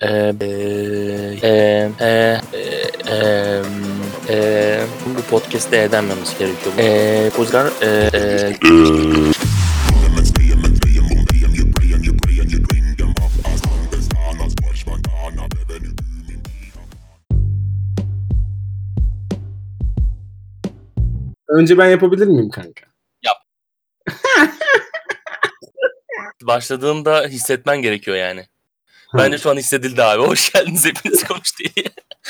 Bu podcast'te edememiz gerekiyor. O yüzden Önce ben yapabilir miyim kanka? Yap. Başladığında hissetmen gerekiyor yani. Bence şu an hissedildi abi. Hoş geldiniz hepiniz Konuş diye.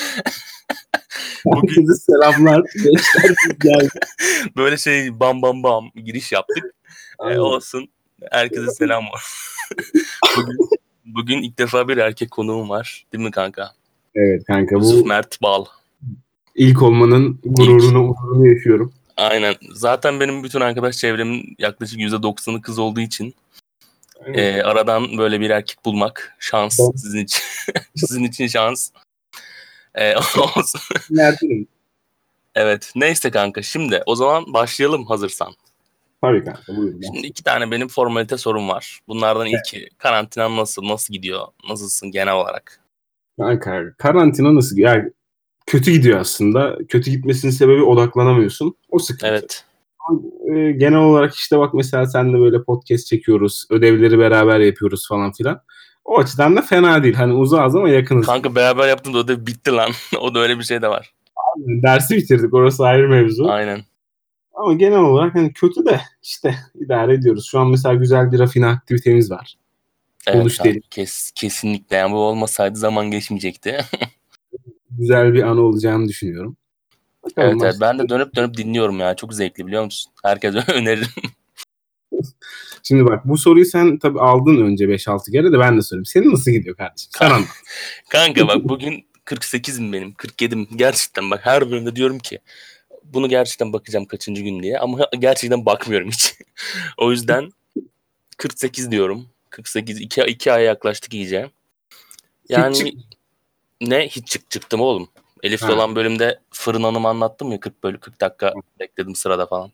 Bugün selamlar. Gençler geldi. Böyle şey bam bam bam giriş yaptık. Olsun. Herkese selam var. bugün ilk defa bir erkek konuğum var. Değil mi kanka? Evet kanka. Yusuf Bu Mert Bal. ilk olmanın gururunu yaşıyorum. Aynen. Zaten benim bütün arkadaş çevremin yaklaşık %90'ı kız olduğu için aradan böyle bir erkek bulmak şans sizin için. Sizin için şans. Olsun. Neredeyim? Evet. Neyse kanka. Şimdi o zaman başlayalım hazırsan. Tabii kanka. Buyurun. Şimdi 2 tane benim formalite sorum var. Bunlardan ilki karantinan nasıl gidiyor? Nasılsın genel olarak? Kanka karantina nasıl? Yani kötü gidiyor aslında. Kötü gitmesinin sebebi odaklanamıyorsun. O sıkıntı. Evet. Genel olarak işte bak mesela seninle böyle podcast çekiyoruz. Ödevleri beraber yapıyoruz falan filan. O açıdan da fena değil. Hani uzağız ama yakınız. Kanka beraber yaptığımda ödev bitti lan. O da öyle bir şey de var. Dersi bitirdik. Orası ayrı mevzu. Aynen. Ama genel olarak hani kötü de işte idare ediyoruz. Şu an mesela güzel bir rafine aktivitemiz var. Evet Konuş abi, diyelim. kesinlikle. Yani bu olmasaydı zaman geçmeyecekti. Güzel bir anı olacağını düşünüyorum. Bakalım Evet, ben de dönüp dinliyorum ya. Çok zevkli biliyor musun? Herkese öneririm. Şimdi bak bu soruyu sen tabii aldın önce 5-6 kere de ben de sorayım. Senin nasıl gidiyor kardeşim? Sen anlat. Kanka bak bugün 48'im benim. 47'im. Gerçekten bak her bölümde diyorum ki bunu gerçekten bakacağım kaçıncı gün diye. Ama gerçekten bakmıyorum hiç. O yüzden 48 diyorum. 48. 2 aya yaklaştık iyice. Yani hiç çıktım oğlum. Elif'le olan bölümde fırın hanımı anlattım ya 40 dakika bekledim sırada falan.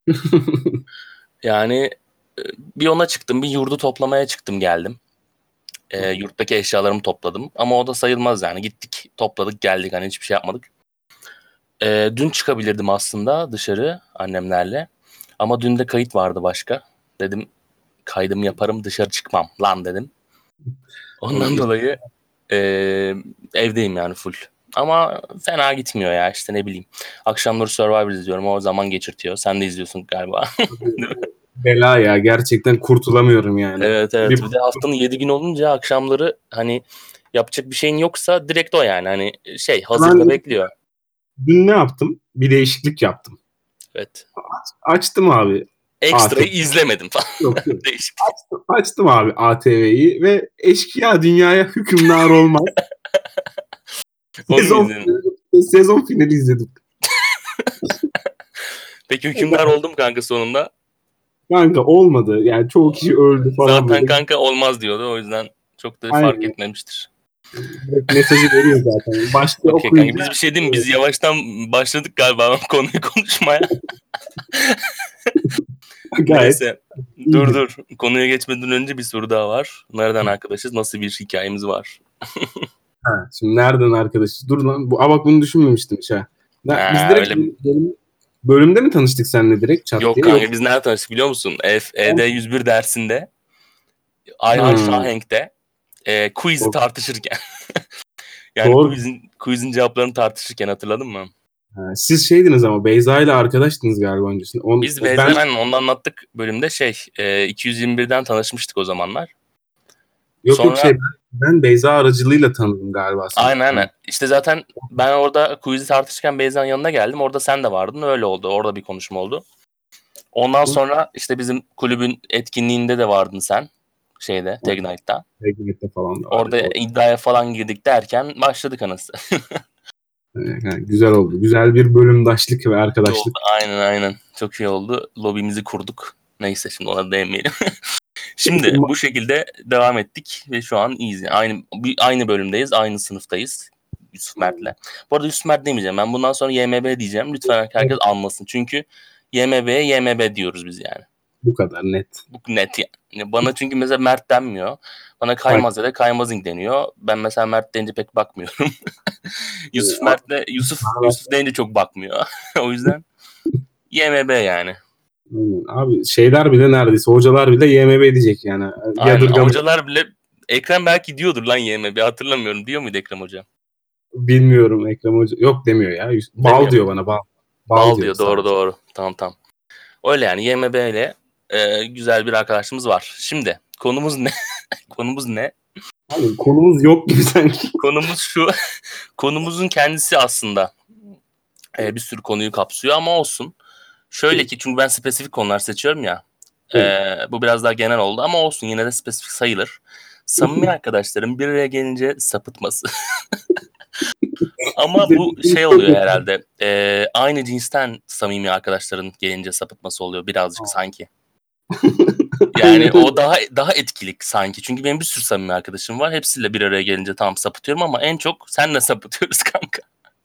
Yani bir ona çıktım, bir yurdu toplamaya çıktım geldim. Yurttaki eşyalarımı topladım. Ama o da sayılmaz yani. Gittik, topladık, geldik. Hani hiçbir şey yapmadık. Dün çıkabilirdim aslında dışarı annemlerle. Ama dün de kayıt vardı başka. Dedim kaydımı yaparım dışarı çıkmam lan dedim. Ondan dolayı evdeyim yani full. Ama fena gitmiyor ya işte ne bileyim. Akşamları Survivor izliyorum o zaman geçirtiyor. Sen de izliyorsun galiba. Bela ya gerçekten kurtulamıyorum yani. Evet. Bir de haftanın 7 gün olunca akşamları hani yapacak bir şeyin yoksa direkt o yani. Hani hazırda bekliyor. Dün ne yaptım? Bir değişiklik yaptım. Evet. Açtım abi. Ekstrayı izlemedim falan. Yok. Değişik. Açtım abi ATV'yi ve eşkıya dünyaya hükümdar olmaz. Sezon finali izledim. Peki hükümdar oldum kanka sonunda. Kanka olmadı. Yani çoğu kişi öldü falan Zaten böyle. kanka olmaz diyordu. O yüzden çok da fark etmemiştir. Mesajı veriyor zaten. Başta Okey okuyunca. kanka biz bir şey diyeyim mi? Biz yavaştan başladık galiba konuyu konuşmaya. Gayet. Neyse. Dur. Konuya geçmeden önce bir soru daha var. Nereden arkadaşız? Nasıl bir hikayemiz var? Şimdi nereden arkadaşız? Dur lan. Bak bunu düşünmemiştim hiç ha. Biz direkt Öyle... bölümde mi tanıştık seninle direkt çat Yok diye? kanka biz nerede tanıştık biliyor musun? ED 101 dersinde Ayhan Şahenk'te quiz tartışırken. Yani Doğru. quizin cevaplarını tartışırken hatırladın mı? Siz şeydiniz ama Beyza ile arkadaştınız galiba öncesinde. Biz Beyza'yla onu anlattık bölümde 221'den tanışmıştık o zamanlar. Yok ben Beyza aracılığıyla tanıdım galiba seni. Aynen. İşte zaten ben orada quiz'i tartışırken Beyza'nın yanına geldim. Orada sen de vardın. Öyle oldu. Orada bir konuşma oldu. Ondan sonra işte bizim kulübün etkinliğinde de vardın sen. Tag Night'ta. Tag Night'ta falan da orada iddiaya falan girdik derken başladık anası. Güzel oldu. Güzel bir bölümdaşlık ve arkadaşlık. Aynen. Çok iyi oldu. Lobimizi kurduk. Neyse şimdi ona değinmeyelim. Şimdi bu şekilde devam ettik ve şu an iyiyiz. Aynı bölümdeyiz, aynı sınıftayız Yusuf Mert'le. Bu arada Yusuf Mert demeyeceğim. Ben bundan sonra YMB diyeceğim. Lütfen herkes anlasın. Çünkü YMB'ye YMB diyoruz biz yani. Bu kadar net. Bu net yani. Bana çünkü mesela Mert denmiyor. Bana Kaymaz ya da Kaymazing deniyor. Ben mesela Mert deyince pek bakmıyorum. Yusuf deyince çok bakmıyor. O yüzden YMB yani. Abi şeyler bile neredeyse hocalar bile YMB diyecek yani. Aynen. Hocalar bile Ekrem belki diyordur lan YMB, hatırlamıyorum. Diyor muydu Ekrem Hoca? Bilmiyorum Ekrem Hoca. Yok demiyor ya. Bal Demiyor diyor mu? bana. Bal Bal diyor diyor. sadece. Doğru. Tamam. Öyle yani YMB ile güzel bir arkadaşımız var. Şimdi konumuz ne? Konumuz ne? Abi konumuz yok gibi sanki. Konumuz şu. Konumuzun kendisi aslında bir sürü konuyu kapsıyor ama olsun. Şöyle ki, çünkü ben spesifik konular seçiyorum ya. Bu biraz daha genel oldu ama olsun, yine de spesifik sayılır. Samimi arkadaşların bir araya gelince sapıtması. Ama bu şey oluyor herhalde. Aynı cinsten samimi arkadaşların gelince sapıtması oluyor birazcık sanki. Yani o daha etkili sanki. Çünkü benim bir sürü samimi arkadaşım var. Hepsiyle bir araya gelince tam sapıtıyorum ama en çok senle sapıtıyoruz kanka.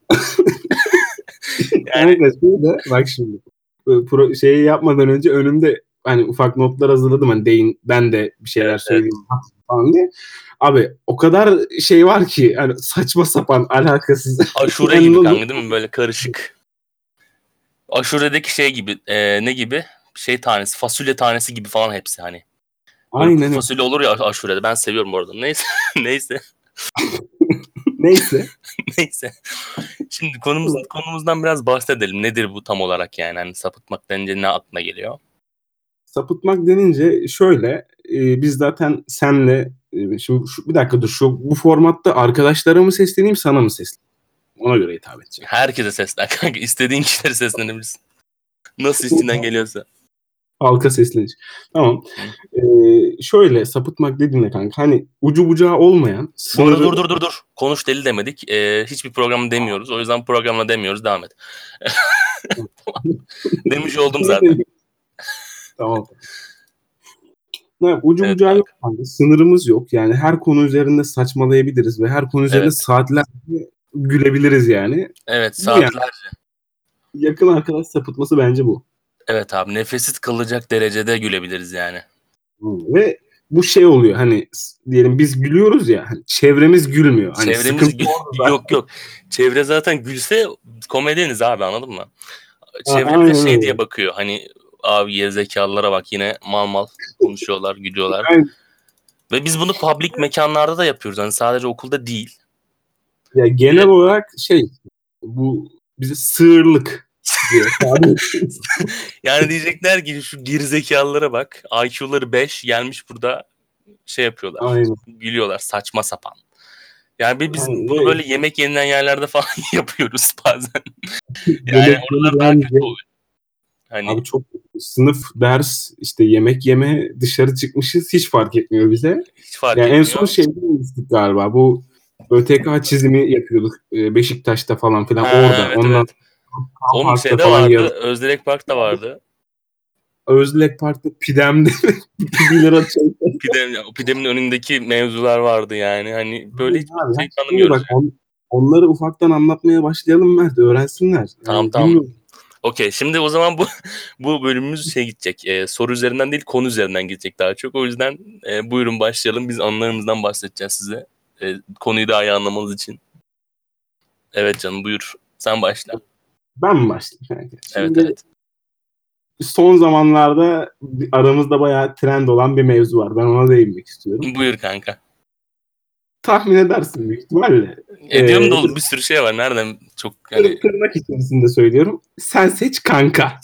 Yani şöyle, bak şimdi şeyi yapmadan önce önümde hani ufak notlar hazırladım, hani ben de bir şeyler söyleyeyim falan diye. Abi o kadar şey var ki hani saçma sapan, alakasız. Aşure gibi kanka, değil mi? Böyle karışık. Aşuredeki şey gibi, ne gibi? Şey tanesi, fasulye tanesi gibi falan hepsi hani. Böyle Aynen. fasulye olur ya aşurede. Ben seviyorum bu arada. Neyse. Neyse. Şimdi konumuzdan biraz bahsedelim. Nedir bu tam olarak yani? Hani sapıtmak denince ne aklına geliyor? Sapıtmak denince şöyle, biz zaten senle şimdi bir dakika dur, bu formatta arkadaşlara mı sesleneyim, sana mı sesleneyim? Ona göre hitap edeceğim. Herkese seslen kanka. İstediğin kişilere seslenebilirsin. Nasıl içinden geliyorsa. Halka sesleniş. Tamam. Şöyle sapıtmak dediğinde kanka, hani ucu bucağı olmayan Bu arada sınırı... dur. Konuş deli demedik. Hiçbir program demiyoruz. O yüzden programla demiyoruz. Devam et. Demiş oldum zaten. Tamam. Ucu Evet bucağı yok kanka. kanka. Sınırımız yok. Yani her konu üzerinde saçmalayabiliriz ve her konu üzerinde Evet. saatlerce gülebiliriz yani. Evet, Bu yani. saatlerce. Yakın arkadaş sapıtması bence bu. Evet abi, nefessiz kalacak derecede gülebiliriz yani. Ve bu şey oluyor, hani diyelim biz gülüyoruz ya, hani çevremiz gülmüyor. Hani sıkıntı orada. Yok. Çevre zaten gülse komedyeniz abi, anladın mı? Çevre bize Aynen şey diye öyle. bakıyor. Hani abi gerizekalılara bak, yine mal konuşuyorlar, gülüyorlar. Aynen. Ve biz bunu public mekanlarda da yapıyoruz. Hani sadece okulda değil. Ya genel olarak bu bize sığırlık diye tabir. Yani diyecekler ki şu gerizekalılara bak. IQ'ları 5 gelmiş burada şey yapıyorlar. Aynen. Gülüyorlar saçma sapan. Yani biz Aynen. bunu böyle yemek yenilen yerlerde falan yapıyoruz bazen. Yani Yemek oralar daha kötü yemeden oluyor. Hani abi çok sınıf, ders, işte yemek yeme, dışarı çıkmışız, hiç fark etmiyor bize. hiç fark Yani en son etmiyor. şeyde gittik galiba. Bu ÖTK çizimi yapıyorduk Beşiktaş'ta falan filan, Ha, orada. evet Ondan evet. Oğlum Park'ta şeyde falan vardı. yarın. Özdirek Park'ta vardı. Özlek Park'ta Pidem'de 1 lira çay. Pidemin önündeki mevzular vardı yani. Hani böyle hiçbir Abi, şey şimdi tanımıyoruz bak yani. onları ufaktan anlatmaya başlayalım Mert. Öğrensinler. Yani Tamam. bilmiyorum. Okey. Şimdi o zaman bu bölümümüz şey gidecek. Soru üzerinden değil, konu üzerinden gidecek daha çok. O yüzden buyurun başlayalım. Biz anılarımızdan bahsedeceğiz size. Konuyu daha iyi anlamanız için. Evet canım, buyur. Sen başla. Ben mi başlayayım kanka? Evet Şimdi evet. son zamanlarda aramızda bayağı trend olan bir mevzu var. Ben ona değinmek istiyorum. Buyur kanka. Tahmin edersin büyük ihtimalle. Ediyorum da oğlum, bir sürü şey var. Nereden çok hani... Tırnak içerisinde söylüyorum. Sen seç kanka.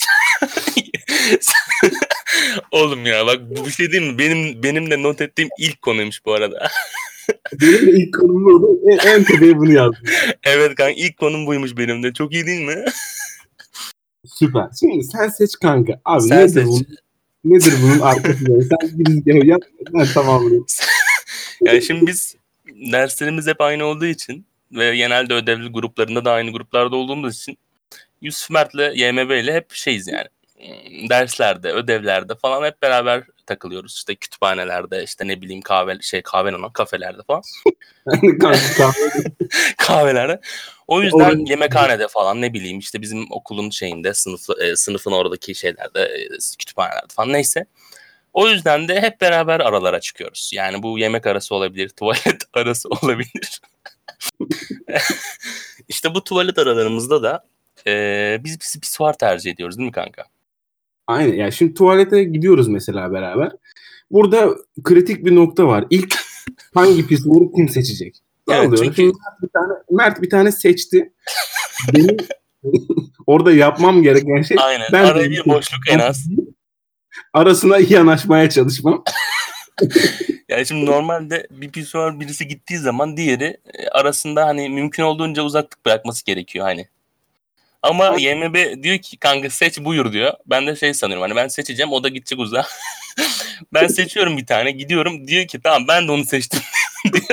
Oğlum ya bak, bu bir şey değil mi? Benim de not ettiğim ilk konuymuş bu arada. Benim de ilk konum buydu. En tepeye bunu yazdım. Evet kanka, ilk konum buymuş benim de. Çok iyi değil mi? Süper. Şimdi sen seç kanka. Abi Sen nedir seç. bunun? Nedir bunun arkası? Sen girizgahı yap. Ben tamamlayayım. Yani şimdi biz derslerimiz hep aynı olduğu için ve genelde ödevli gruplarında da aynı gruplarda olduğumuz için Yusuf Mert'le YMB ile hep şeyiz yani. Derslerde, ödevlerde falan hep beraber takılıyoruz. İşte kütüphanelerde, işte ne bileyim kafelerde falan. Yani kanka kahve. Kahvelerde. O yüzden Orada- yemekhanede falan ne bileyim işte bizim okulun şeyinde sınıfın oradaki şeylerde kütüphanelerde falan neyse. O yüzden de hep beraber aralara çıkıyoruz. Yani bu yemek arası olabilir, tuvalet arası olabilir. İşte bu tuvalet aralarımızda da biz pisuar tercih ediyoruz değil mi kanka? Aynen. Yani şimdi tuvalete gidiyoruz mesela beraber. Burada kritik bir nokta var. İlk hangi pisuarı kim seçecek? Evet Sallıyorum. çünkü Şimdi Mert bir tane seçti. Benim orada yapmam gereken şey aynen ben de araya bir boşluk en az. arasına yanaşmaya çalışmam. Yani şimdi normalde bir pisuar birisi gittiği zaman diğeri arasında hani mümkün olduğunca uzaklık bırakması gerekiyor hani. Ama YMB diyor ki kanka seç buyur diyor. Ben de şey sanıyorum hani ben seçeceğim o da gidecek uzağa. Ben seçiyorum bir tane gidiyorum diyor ki tamam ben de onu seçtim diyor.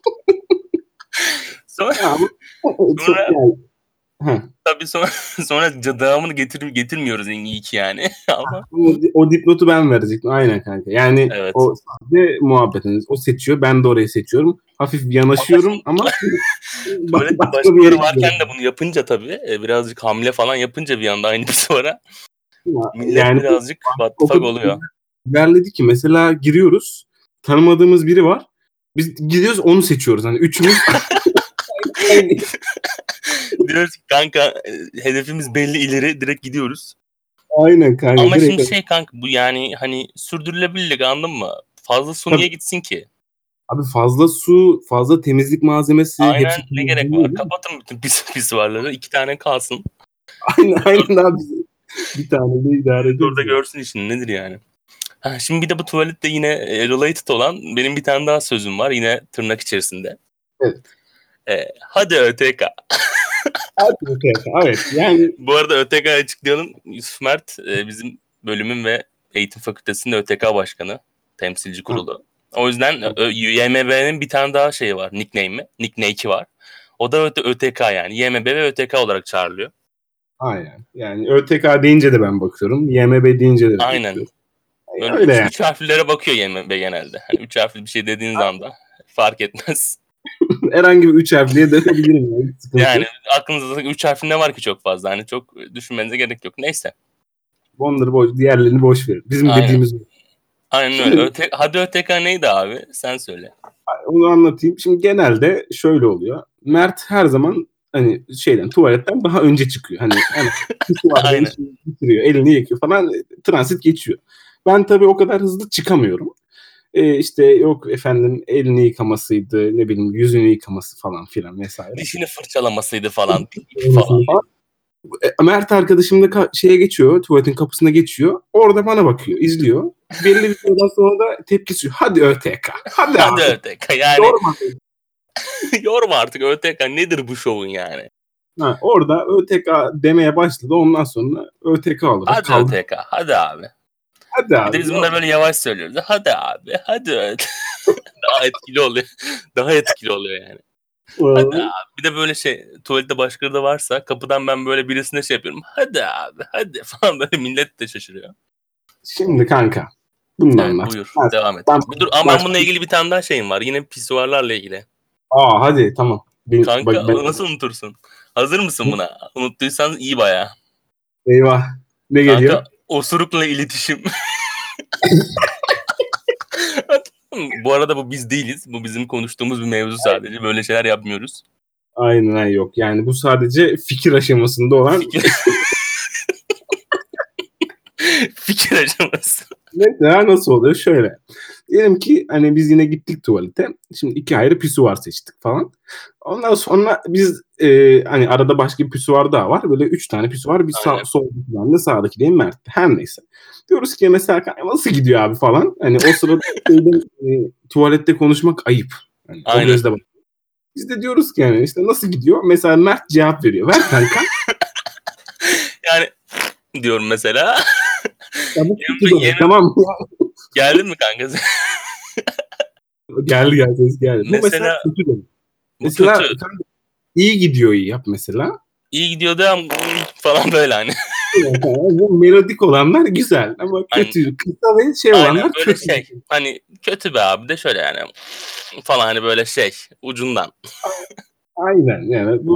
Sonra, Ya, çok sonra yani. Heh. tabii sonra devamını getirmiyoruz en iyi ki yani. Ama O dipnotu ben verecektim. Aynen kanka. Yani evet. o sadece muhabbetiniz. O seçiyor. Ben de orayı seçiyorum. Hafif Ama yanaşıyorum şimdi ama tuvalette başka bir başkaları yere varken gidiyorum. de bunu yapınca tabii birazcık hamle falan yapınca bir anda aynı pisuvara millet Yani birazcık what the o fuck kadar oluyor. ilerledi ki mesela giriyoruz. Tanımadığımız biri var. Biz gidiyoruz onu seçiyoruz. Hani üçümüz aynı. Diyoruz ki kanka hedefimiz belli ileri direkt gidiyoruz. Aynen kanka. Ama şimdi Direkt. şey kanka bu yani hani sürdürülebilirlik anladın mı? Fazla su Tabii, niye gitsin ki? abi fazla su, fazla temizlik malzemesi Aynen hepsi ne gerek var? temizleniyor değil mi? Kapatın bütün pisuarları. 2 tane kalsın. Aynen abi. Bir tane de idare Orada ederiz ya. görsün işini nedir yani. Ha, şimdi bir de bu tuvalette yine related olan benim bir tane daha sözüm var. Yine tırnak içerisinde. Evet. Hadi ÖTK. Evet. Yani Bu arada ÖTK açıklayalım. Yusuf Mert bizim bölümün ve eğitim fakültesinin ÖTK başkanı. Temsilci kurulu. O yüzden YMB'nin bir tane daha şeyi var. Nickname'i. Nickname'i var. O da ÖTK yani. YMB ve ÖTK olarak çağrılıyor. aynen. Yani ÖTK deyince de ben bakıyorum. YMB deyince de Aynen. bakıyorum. Böyle Öyle yani. üç harflere bakıyor YMB genelde. Hani 3 harfli bir şey dediğiniz anda fark etmez. Herhangi bir üç harfliye dönebilirim. Yani. Hiç sıkıntı Yani yok. aklınızda 3 harfli ne var ki çok fazla. Hani çok düşünmenize gerek yok. Neyse. Onları diğerlerini boş verin. Bizim Aynen. dediğimiz Aynen öyle. Şimdi Hadi ÖTK neydi abi? Sen söyle. onu anlatayım. Şimdi genelde şöyle oluyor. Mert her zaman hani tuvaletten daha önce çıkıyor. Hani hemen var da Aynen. işini bitiriyor, elini yıkıyor falan, transit geçiyor. Ben tabii o kadar hızlı çıkamıyorum. İşte yok efendim elini yıkamasıydı, ne bileyim yüzünü yıkaması falan filan vesaire. Dişini fırçalamasıydı falan. Falan. Falan. Mert arkadaşım da şeye geçiyor, tuvaletin kapısına geçiyor. Orada bana bakıyor, izliyor. Belli bir süreden sonra da tepkisi. Hadi ÖTK. Hadi Hadi abi. ÖTK. Yani Yorma. yorma artık ÖTK. Nedir bu şovun yani? Ha, orada ÖTK demeye başladı. Ondan sonra ÖTK olarak Hadi kaldı. ÖTK. Hadi abi. Hadi Bir de abi. biz bunları böyle yavaş söylüyoruz. Hadi abi. Hadi ÖTK. Daha etkili oluyor. Daha etkili oluyor yani. Hadi Vallahi. abi. Bir de böyle tuvalette başkaları da varsa kapıdan ben böyle birisine şey yapıyorum. Hadi abi. Hadi falan böyle millet de şaşırıyor. Şimdi kanka. Bunu da Evet anlat. buyur. Devam et. Ben Bir dur ama ben başka... bununla ilgili bir tane daha şeyim var. Yine pisuarlarla ilgili. Hadi tamam. Bak Kanka nasıl unutursun? Hazır mısın buna? Unuttuysan iyi baya. eyvah. Ne Kanka geliyor? osurukla iletişim. Bu arada bu biz değiliz. Bu bizim konuştuğumuz bir mevzu sadece. Böyle şeyler yapmıyoruz. Aynen yok. Yani bu sadece fikir aşamasında olan. Fikir, fikir aşaması. Mesela nasıl oluyor? Şöyle. Diyelim ki hani biz yine gittik tuvalete. Şimdi iki ayrı pisuvar seçtik falan. Ondan sonra biz hani arada başka bir pisuvar daha var. Böyle üç tane pisuvar. Bir Aynen. soldaki bende, sağdaki değil Mert. Her neyse. Diyoruz ki mesela nasıl gidiyor abi falan. Hani o sırada tuvalette konuşmak ayıp. Hani o Aynen. gözle bak. Biz de diyoruz ki yani işte nasıl gidiyor? Mesela Mert cevap veriyor. Ver kanka. Yani diyorum mesela. Ya bu kötü demek, tamam mı? Geldin mi kanka? Geldi ses geldi. Bu mesela Mesela kötü demek. bu Mesela kötü. iyi gidiyor iyi yap mesela. İyi gidiyor devam falan böyle hani. Bu melodik olanlar güzel ama Aynen, kötü, kısa ve aynen olanlar böyle kötü. hani kötü be abi de şöyle yani falan hani böyle ucundan. Aynen yani bu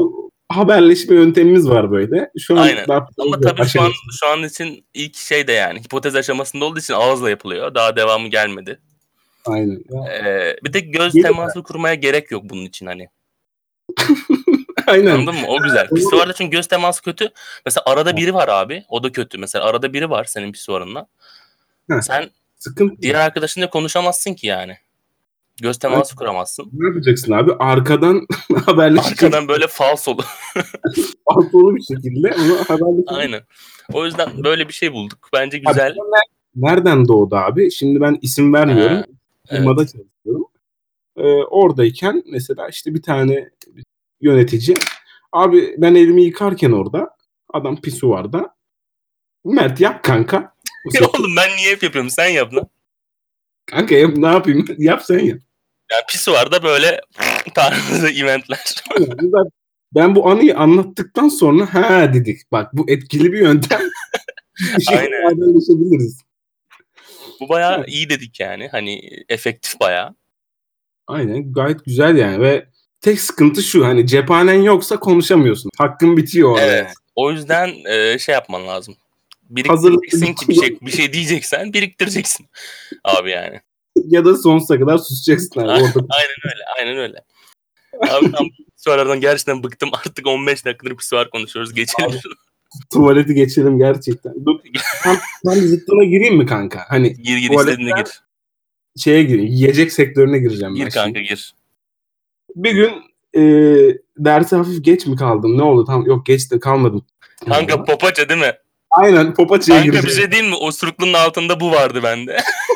haberleşme yöntemimiz var böyle. Şu an Aynen. daha Ama tabii şu an için ilk şey de yani hipotez aşamasında olduğu için ağızla yapılıyor. Daha devamı gelmedi. Aynen. Bir de göz Yeni teması kurmaya gerek yok bunun için hani. Aynen. Anladın mı? O güzel. Pisuarda çünkü göz teması kötü. Mesela arada biri var abi. O da kötü. Mesela arada biri var senin pisuarınla. Heh, Sen sıkıntı. diğer arkadaşınla konuşamazsın ki yani. Göz teması kuramazsın. Ne yapacaksın abi? Arkadan haberleşeceksin. Arkadan böyle falsolu. Falsolu bir şekilde onu haberleşeceksin. Aynen. O yüzden böyle bir şey bulduk. Bence güzel. Nereden doğdu abi? Şimdi ben isim vermiyorum. Firmada çalışıyorum. Oradayken mesela işte bir tane yönetici, abi ben elimi yıkarken orada adam pisuvarda, Mert yap kanka. Oğlum ben niye hep yapıyorum? Sen yap lan. Kanka ne yapayım? Yap sen yap. Yani pisuarda böyle tarzı eventler. Ben bu anıyı anlattıktan sonra ha dedik. Bak bu etkili bir yöntem. Bir şey haberleşebiliriz. Bu bayağı iyi dedik yani. Hani efektif bayağı. Aynen, gayet güzel yani ve tek sıkıntı şu, hani cephanen yoksa konuşamıyorsun. Hakkın bitiyor orada. Evet. Yani. O yüzden şey yapman lazım. Biriktireceksin ki bir şey diyeceksen biriktireceksin abi yani. Ya da sonsuza kadar susacaksın abi orada. Aynen öyle. Abi tam pisuarlardan gerçekten bıktım. Artık 15 dakikadır pisuar konuşuyoruz. Geçelim şunu. Tuvaleti geçelim gerçekten. Dur. Ben zıttına gireyim mi kanka? Hani gir istediğine gir. Şeye gireyim. Yiyecek sektörüne gireceğim gir ben kanka şimdi. gir. Bir gün derse hafif geç mi kaldım? Ne oldu? Tam yok, geç de kalmadım. Kanka popaça değil mi? Aynen, popaçaya gireceğim. Kanka bir şey değil mi? Osuruklunun altında bu vardı bende.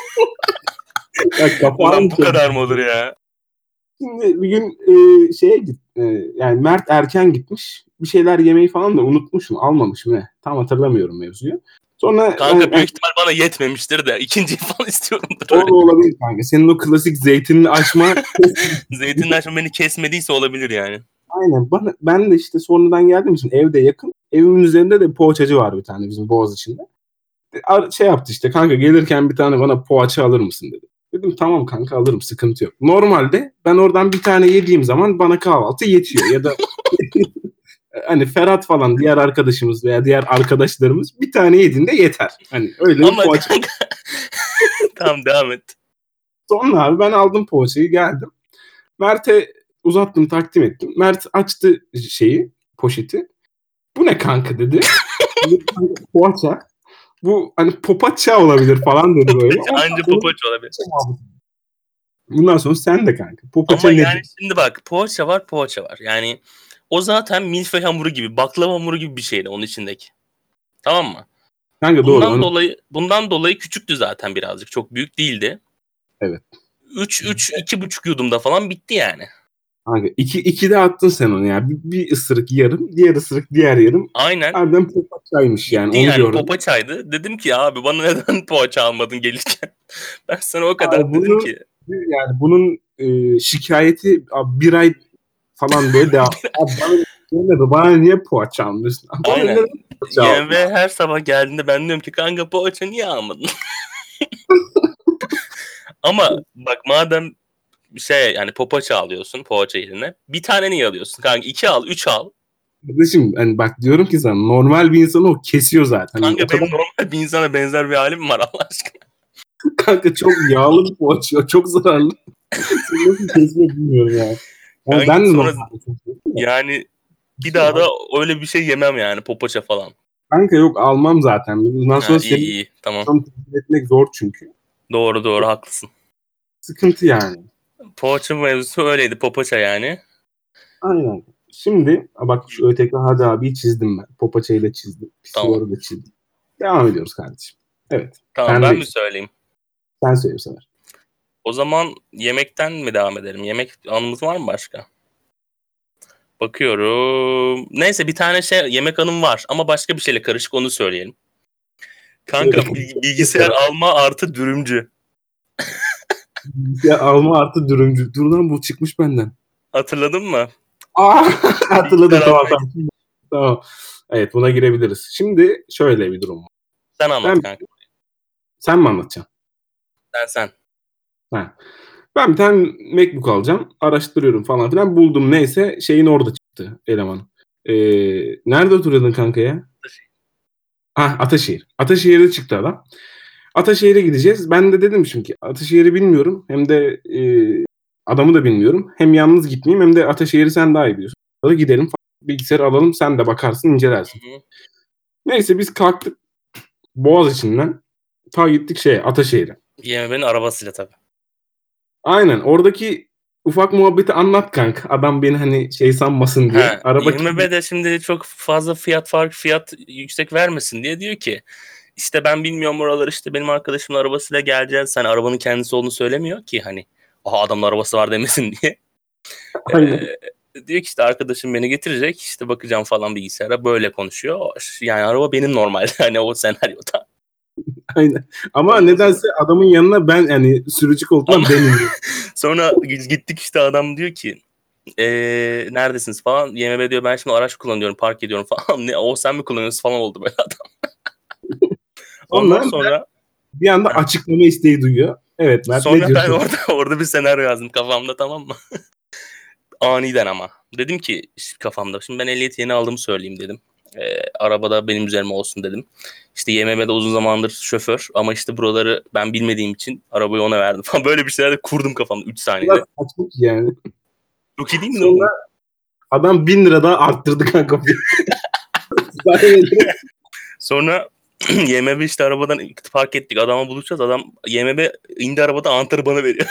Ya, ulan bu kadar mı olur ya? Şimdi bir gün şeye git, yani Mert erken gitmiş. Bir şeyler yemeyi falan da unutmuşum. Almamışım ne? Tam hatırlamıyorum mevzuyu. Sonra kanka büyük ihtimal bana yetmemiştir de ikinciyi falan istiyorumdur. O da olabilir kanka. Senin o klasik zeytinli açma. Zeytinli açma beni kesmediyse olabilir yani. Aynen. Ben de işte sonradan geldiğim için evde yakın. Evimin üzerinde de poğaçacı var bir tane bizim Boğaziçi'nde. Şey yaptı işte, kanka gelirken bir tane bana poğaça alır mısın dedi. Dedim tamam kanka, alırım, sıkıntı yok. Normalde ben oradan bir tane yediğim zaman bana kahvaltı yetiyor. Ya da hani Ferhat falan diğer arkadaşımız veya diğer arkadaşlarımız bir tane yediğinde yeter. Hani öyle bir poğaça. Tamam devam et. Sonra abi ben aldım poğaçayı, geldim. Mert'e uzattım, takdim ettim. Mert açtı poşeti. Bu ne kanka dedi. Poğaça. Bu hani popaça olabilir falan dedi böyle. Anca popaça olabilir. Bundan sonra sen de kanka. Popaça ama nedir? yani şimdi bak poğaça var. Yani o zaten milföy hamuru gibi, baklava hamuru gibi bir şeydi onun içindeki. Tamam mı? Kanka Bundan dolayı küçüktü zaten birazcık. Çok büyük değildi. Evet. 2,5 yudumda falan bitti yani. Kanka 2'de attın sen onu ya. Bir ısırık yarım, diğer ısırık diğer yarım. Aynen. Harbiden popaçaymış yani. Bitti onu gördüm. Popaçaydı. Dedim ki abi bana neden poğaça almadın gelirken? Ben sana o kadar dedim ki. Yani bunun şikayeti bir ay falan böyle devam. Bana niye poğaça almıyorsun? Aynen. Ve her sabah geldiğinde ben diyorum ki kanka poğaça niye almadın? Ama bak madem yani poğaça alıyorsun poğaça yerine. Bir tane niye alıyorsun? Kanka 2 al, 3 al. Kardeşim hani bak diyorum ki sana, normal bir insanı o kesiyor zaten. Kanka yani benim normal bir insana benzer bir halim var Allah aşkına. Kanka çok yağlı bir poğaça, çok zararlı. Sen nasıl kesiyor bilmiyorum yani. Ben de sonra, yani bir daha da öyle bir şey yemem yani poğaça falan. Kanka yok, almam zaten. Bundan sonra iyi, tamam. etmek zor çünkü. Doğru haklısın. Sıkıntı yani. Poğaça mevzusu öyleydi, poğaça yani. Aynen. Şimdi bak şu öteki Hadi abiyi çizdim ben. Popaçayı da çizdim. Pisuarı da çizdim. Devam ediyoruz kardeşim. Evet. Tamam ben mi söyleyeyim? Sen söyle bu sefer. O zaman yemekten mi devam edelim? Yemek anımız var mı başka? Bakıyorum. Neyse bir tane yemek anım var ama başka bir şeyle karışık, onu söyleyelim. Kanka bilgisayar alma artı dürümcü. Bilgisayar alma artı dürümcü. Dur lan, bu çıkmış benden. Hatırladın mı? Hatırladım, tamam. Evet, buna girebiliriz. Şimdi şöyle bir durum var. Sen anlat kanka. Sen mi anlatacaksın? Sen. Ben bir tane MacBook alacağım. Araştırıyorum falan filan. Buldum, neyse şeyin orada çıktı eleman. Nerede oturuyordun kanka ya? Ataşehir. Ataşehir'de çıktı adam. Ataşehir'e gideceğiz. Ben de dedim çünkü Ataşehir'i bilmiyorum. Hem de adamı da bilmiyorum. Hem yalnız gitmeyeyim hem de Ataşehir'i sen daha iyi biliyorsun. Gidelim bilgisayarı alalım sen de bakarsın incelersin. Hı hı. Neyse biz kalktık Boğaziçi'nden ta gittik Ataşehir'e. YMB'nin arabasıyla tabii. Aynen oradaki ufak muhabbeti anlat kanka. Adam beni hani sanmasın diye. YMB'de şimdi çok fazla fiyat yüksek vermesin diye diyor ki işte ben bilmiyorum oraları işte benim arkadaşımın arabasıyla geleceğiz. Hani arabanın kendisi olduğunu söylemiyor ki hani aha adamın arabası var demesin diye. Aynen. Diyor ki işte arkadaşım beni getirecek işte bakacağım falan bilgisayara böyle konuşuyor. Yani araba benim normalde hani o senaryoda. Aynen. Ama nedense adamın yanına ben yani sürücü koltuğuna benim. Sonra gittik işte adam diyor ki neredesiniz falan. YMB diyor ben şimdi araç kullanıyorum park ediyorum falan. Ne o sen mi kullanıyorsun falan oldu böyle adam. Ondan sonra bir anda açıklama isteği duyuyor. Evet Mert sonra ne diyorsun? ben orada bir senaryo yazdım kafamda tamam mı? Aniden ama. Dedim ki kafamda şimdi ben ehliyeti yeni aldığımı söyleyeyim dedim. Arabada benim üzerime olsun dedim. İşte YMM'de uzun zamandır şoför ama işte buraları ben bilmediğim için arabayı ona verdim falan. Böyle bir şeyler de kurdum kafamda 3 saniyede. Açık yani. Çok iyi değil mi? Sonra adam 1000 lira daha arttırdı kanka. Sonra YMB işte arabadan park ettik. Adama buluşacağız. Adam YMB indi arabadan anahtarı bana veriyor.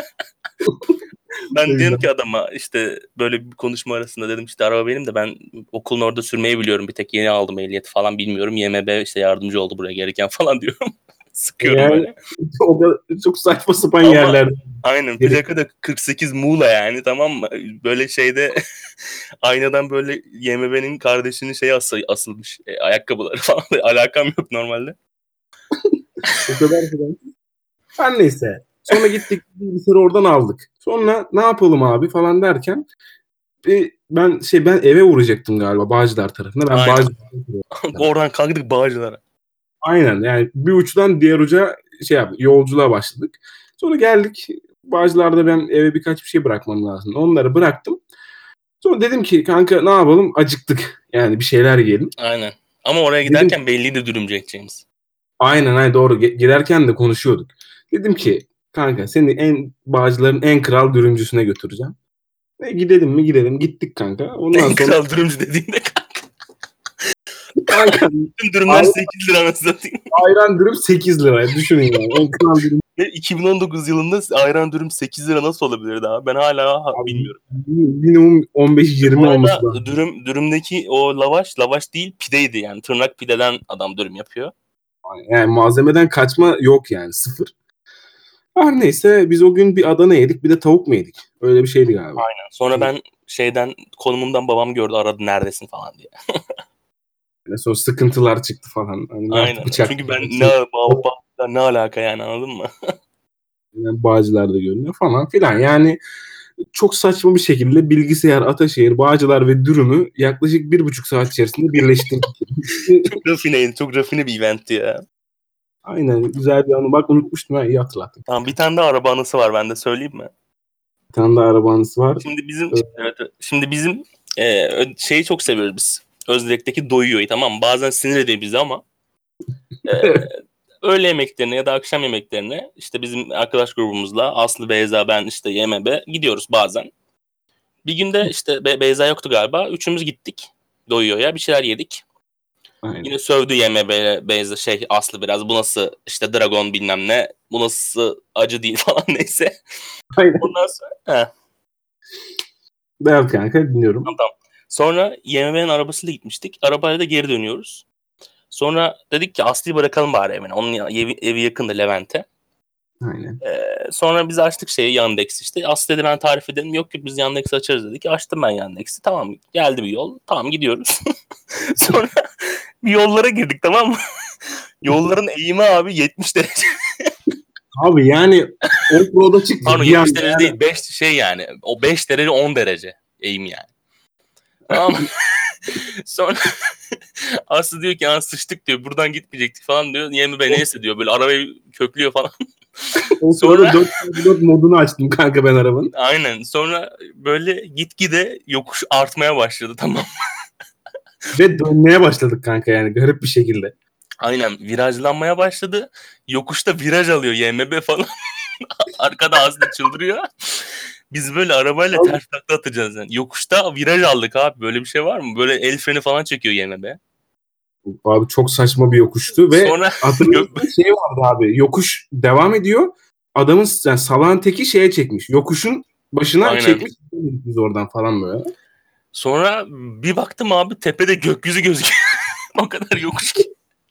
Ben diyorum ki adama işte böyle bir konuşma arasında dedim işte araba benim de ben okulun orada sürmeyi biliyorum. Bir tek yeni aldım ehliyeti falan bilmiyorum. YMB işte yardımcı oldu buraya gereken falan diyorum. Sıkıyorum yani, böyle. O da çok saçma sapan yerlerde. Aynen plaka da 48 Muğla yani tamam mı? Böyle şeyde aynadan böyle YMB'nin kardeşinin asılmış. Ayakkabıları falan. Alakam yok normalde. O kadar güzel. Her neyse. Sonra gittik bilgisayarı oradan aldık. Sonra ne yapalım abi falan derken ben eve uğrayacaktım galiba Bağcılar tarafına. Ben Aynen. Bağcılar'a Oradan kalktık Bağcılar'a. Aynen yani bir uçtan diğer uca yolculuğa başladık. Sonra geldik Bağcılar'da ben eve birkaç bir şey bırakmam lazım. Onları bıraktım. Sonra dedim ki kanka ne yapalım acıktık yani bir şeyler yiyelim. Aynen. Ama oraya giderken belliydi dürümcü edeceğimiz. Aynen doğru giderken de konuşuyorduk. Dedim ki kanka seni Bağcılar'ın en kral dürümcüsüne götüreceğim. Gidelim mi gidelim gittik kanka. Ondan En sonra kral dürümcü dediğinde kanka tüm dürümler 8 lira anasını satayım. ayran dürüm 8 liraya düşünün yani. En kral dürüm. 2019 yılında ayran dürüm 8 lira nasıl olabilirdi abi? Ben hala bilmiyorum. Minimum 15-20 olması lazım. Dürümdeki o lavaş değil pideydi yani. Tırnak pideden adam dürüm yapıyor. Yani malzemeden kaçma yok yani sıfır. Her neyse biz o gün bir Adana yedik bir de tavuk mu yedik? Öyle bir şeydi galiba. Aynen. Sonra ben konumumdan babam gördü aradı neredesin falan diye. Yani sonra sıkıntılar çıktı falan. Hani Aynen. bıçak. Çünkü ben ne alaka yani anladın mı? Yani Bağcılar'da görünüyor falan filan. Yani çok saçma bir şekilde bilgisayar, Ataşehir, Bağcılar ve Dürüm'ü yaklaşık 1,5 saat içerisinde birleştirdik. Çok rafine bir eventti ya. Aynen güzel bir anı. Bak unutmuştum iyi hatırlattım. Tamam bir tane daha araba anısı var bende söyleyeyim mi? Bir tane daha araba anısı var. Şimdi bizim şeyi çok seviyoruz biz. Özderek'teki doyuyor tamam mı? Bazen sinir ediyor bizi ama öğle yemeklerine ya da akşam yemeklerine işte bizim arkadaş grubumuzla Aslı, Beyza, ben işte YMB gidiyoruz bazen. Bir günde işte Beyza yoktu galiba. Üçümüz gittik doyuyor bir şeyler yedik. Aynen. Yine sövdü YMB Beyza Aslı biraz bu nasıl işte dragon bilmem ne bu nasıl acı değil falan neyse. Aynen. Ondan sonra Evet kanka dinliyorum. Tamam. Sonra YMB'nin arabasıyla gitmiştik. Arabayla da geri dönüyoruz. Sonra dedik ki Aslı'yı bırakalım bari evine. Onun evi yakındı Levent'e. Aynen. Sonra biz açtık Yandex işte. Aslı dedi ben tarif edelim. Yok biz Yandex'i açarız dedik. Açtım ben Yandex'i. Tamam geldi bir yol. Tamam gidiyoruz. Sonra bir yollara girdik tamam mı? Yolların eğimi abi 70 derece. Abi yani off-road'a çıktık. Pardon 70 derece değil. 5 yani. O 5 derece 10 derece eğim yani. Tamam mı? Sonra Aslı diyor ki sıçtık diyor. Buradan gitmeyecektik falan diyor. YMB neyse diyor. Böyle arabayı köklüyor falan. Sonra 4 modunu açtım kanka ben arabanın. Aynen. Sonra böyle gitgide yokuş artmaya başladı tamam mı? Ve dönmeye başladık kanka yani garip bir şekilde. Aynen virajlanmaya başladı. Yokuşta viraj alıyor YMB falan. Arkada Azli çıldırıyor. Biz böyle arabayla Abi, ters takla atacağız yani. Yokuşta viraj aldık abi. Böyle bir şey var mı? Böyle el freni falan çekiyor YMB. abi çok saçma bir yokuştu ve Sonra hatırlıyorsan şey vardı abi. Yokuş devam ediyor. Adamın yani salağın teki şeye çekmiş. Yokuşun başına Aynen. çekmiş. Biz oradan falan böyle. Sonra bir baktım abi tepede gökyüzü gözüküyor. O kadar yokuş ki.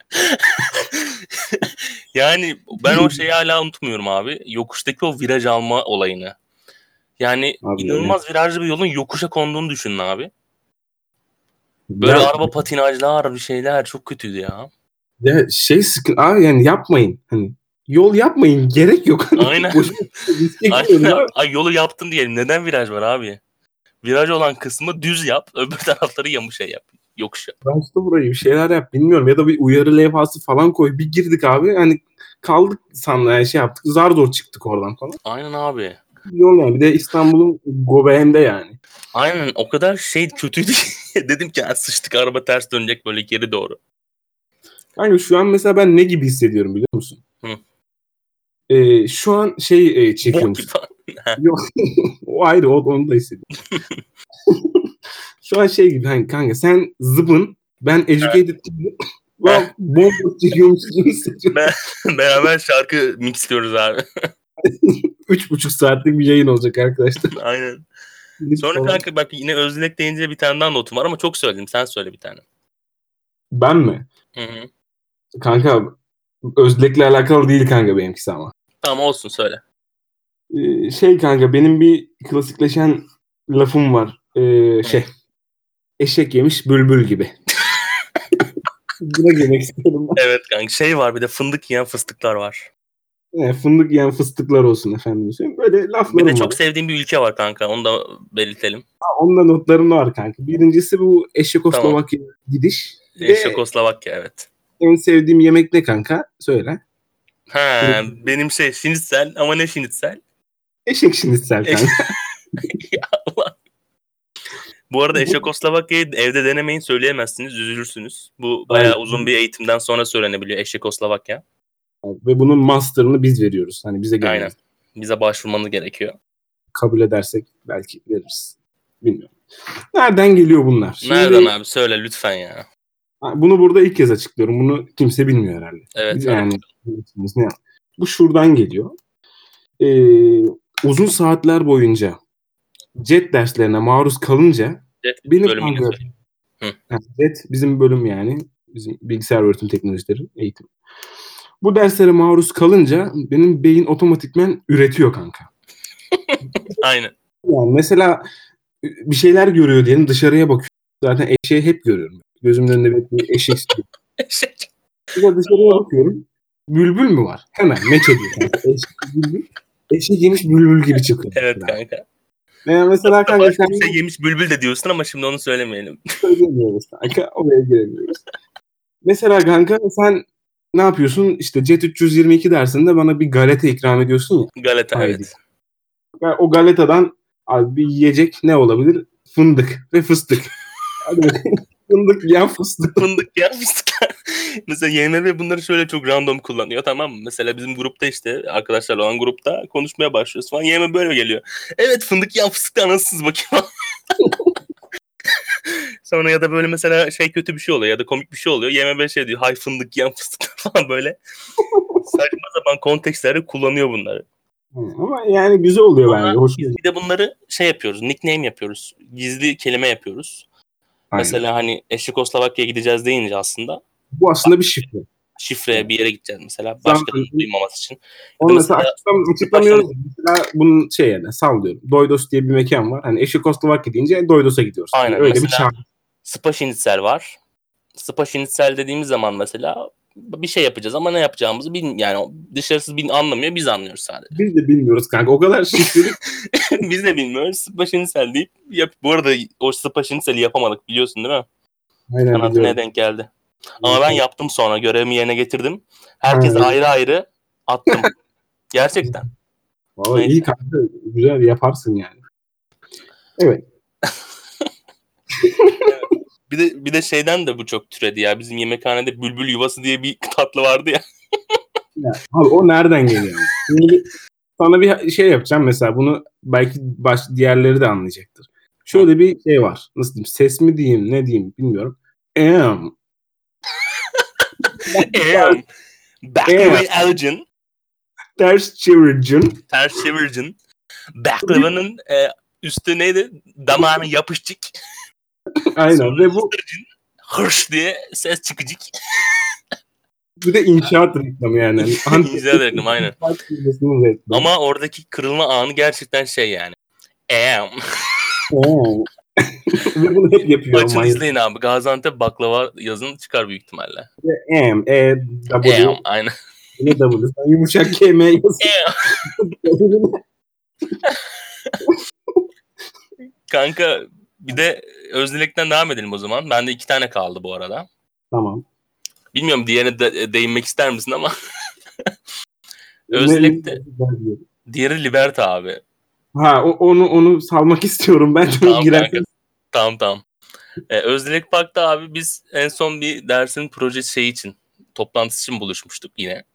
Yani ben o şeyi hala unutmuyorum abi. Yokuştaki o viraj alma olayını. Yani Abi inanılmaz virajlı bir yolun yokuşa konduğunu düşünün abi. Böyle ya, araba patinajlar bir şeyler çok kötüydü ya. ya şey sıkın abi yani yapmayın. Hani yol yapmayın. Gerek yok. Aynen. Boşuna riske girmeyelim Aynen. abi. Ay, yolu yaptın diyelim. Neden viraj var abi? Viraj olan kısmı düz yap. Öbür tarafları şey yap. Yokuş yap. Başta burayı bir şeyler yap bilmiyorum ya da bir uyarı levhası falan koy. Bir girdik abi hani kaldık yani şey yaptık zar zor çıktık oradan falan. Aynen abi. Yol yani bir de İstanbul'un göbeğinde yani. Aynen o kadar şey kötüydü ki dedim ki sıçtık araba ters dönecek böyle geri doğru. Kanka şu an mesela ben ne gibi hissediyorum biliyor musun? Hı. Şu an şey Bok gibi çekiyormuş. falan. Yok o ayrı onu da hissediyorum. Şu an şey gibi hani kanka sen zıbın ben educated bomba çekiyormuş gibi hissediyorum. Beraber şarkı mixliyoruz abi. 3,5 saatlik bir yayın olacak arkadaşlar. Aynen. Sonra kanka bak yine Özdilek deyince bir tane daha notum var ama çok söyledim. Sen söyle bir tane. Ben mi? Hı. Kanka Özlek'le alakalı değil kanka benimkisi ama. Tamam olsun söyle. Şey kanka benim bir klasikleşen lafım var. Eşek yemiş bülbül gibi. Buna girmek istedim ben. Evet kanka şey var bir de fındık yiyen fıstıklar var. Fındık yiyen fıstıklar olsun efendim. Böyle Bir de laflarım çok var. sevdiğim bir ülke var kanka onu da belirtelim. Onun da notlarım var kanka. Birincisi bu Tamam. Eşekoslovakya gidiş. Bir de Çekoslovakya evet. en sevdiğim yemek ne kanka? Söyle. Ha benim şey şinitsel ama ne şinitsel? Eşek şinitsel kanka. Ya Allah. Bu arada Eşekoslovakya'yı evde denemeyin söyleyemezsiniz üzülürsünüz. Bu bayağı uzun bir eğitimden sonra söylenebiliyor Eşekoslovakya. Ve bunun master'ını biz veriyoruz. Hani bize Aynen. gelmez. Bize başvurmanız gerekiyor. Kabul edersek belki veririz. Bilmiyorum. Nereden geliyor bunlar? Şimdi, Nereden abi söyle lütfen ya. bunu burada ilk kez açıklıyorum. Bunu kimse bilmiyor herhalde. Evet. Yani bu şuradan geliyor. Uzun saatler boyunca jet derslerine maruz kalınca benim kanka jet bizim bölüm yani bizim bilgisayar öğretim teknolojileri eğitim. Bu derslere maruz kalınca benim beyin otomatikmen üretiyor kanka. Aynen. Yani mesela bir şeyler görüyor diyelim dışarıya bakıyor. Zaten eşeği hep görüyorum. Gözümün önünde bir eşek sürüyor. Eşek. Bir de dışarıya bakıyorum. Bülbül mü var? Hemen meç ediyor kanka. Eşek yemiş bülbül gibi çıkıyor. Evet mesela. kanka. Yani mesela kanka Başka bir şey yemiş bülbül de diyorsun ama şimdi onu söylemeyelim. söylemiyoruz kanka. Oraya giremiyoruz. Mesela kanka sen ne yapıyorsun? İşte Jet 322 dersinde bana bir galeta ikram ediyorsun ya. Galeta Haydi. evet. Yani o galetadan abi bir yiyecek ne olabilir? Fındık ve fıstık. Hadi bakayım. Fındık ya fıstık. Fındık ya fıstık. Mesela YMV bunları şöyle çok random kullanıyor tamam mı? Mesela bizim grupta işte arkadaşlar olan grupta konuşmaya başlıyoruz falan. YMV böyle geliyor. Evet fındık ya fıstık da anasınız bakayım. Sonra ya da böyle mesela şey kötü bir şey oluyor ya da komik bir şey oluyor. YMV şey diyor hay fındık ya fıstık falan böyle. Saçma sapan kontekstlerde kullanıyor bunları. Ama yani güzel oluyor Sonra bence. Hoş biz bir de bunları şey yapıyoruz. Nickname yapıyoruz. Gizli kelime yapıyoruz. Aynen. Mesela hani Eşikoslovakya'ya gideceğiz deyince aslında Bu aslında bir şifre. şifreye bir yere gideceğiz mesela. Başkalarının duymaması için. Onu mesela açıklamıyoruz. Mesela bunun şey yani sallıyorum. Doydos diye bir mekan var. Hani Eşikoslovakya deyince Doydos'a gidiyoruz. Aynen. Yani öyle mesela, bir çağrı. Spaşinitsel var. Spaşinitsel dediğimiz zaman mesela bir şey yapacağız ama ne yapacağımızı yani dışarısı anlamıyor. Biz anlıyoruz sadece. Biz de bilmiyoruz kanka. O kadar şifreli. Biz de bilmiyoruz. Spaşinitsel deyip bu arada o Spaşinitsel'i yapamadık biliyorsun değil mi? Aynen Sanatı biliyorum. ne denk geldi. Ama ben yaptım sonra. Görevimi yerine getirdim. Herkes Ha, ayrı ayrı attım. Gerçekten. vallahi iyi kanka. Güzel yaparsın yani. Evet. Bir de şeyden de bu çok türedi ya. Bizim yemekhanede bülbül yuvası diye bir tatlı vardı ya. Ya, abi o nereden geliyor? Şimdi sana bir şey yapacağım mesela, bunu belki diğerleri de anlayacaktır. Şöyle bir şey var. Nasıl diyeyim? Ses mi diyeyim, ne diyeyim bilmiyorum. Baklava Elgin. Ters çeviricin. Ters çeviricin. Baklavanın üstü neydi? Damağına yapışacak. Aynen. Sonra Ve bu hırş diye ses çıkacak. bir de inşaat reklamı yani. İnşaat reklamı aynen. Ama oradaki kırılma anı gerçekten şey yani. Ve bunu hep yapıyor. Açın izleyin abi. Gaziantep baklava yazın çıkar büyük ihtimalle. W. Aynen. Ne W? Sen yumuşak KM yazın. Kanka bir de Özdilek'ten devam edelim o zaman. Bende 2 tane kaldı bu arada. Tamam. Bilmiyorum diğerine değinmek ister misin ama. Özdilek'te diğeri Liberta abi. Ha onu salmak istiyorum ben. Tamam kanka. Tamam. Özdilek Park'ta abi biz en son bir dersin projesi için, toplantısı için buluşmuştuk yine.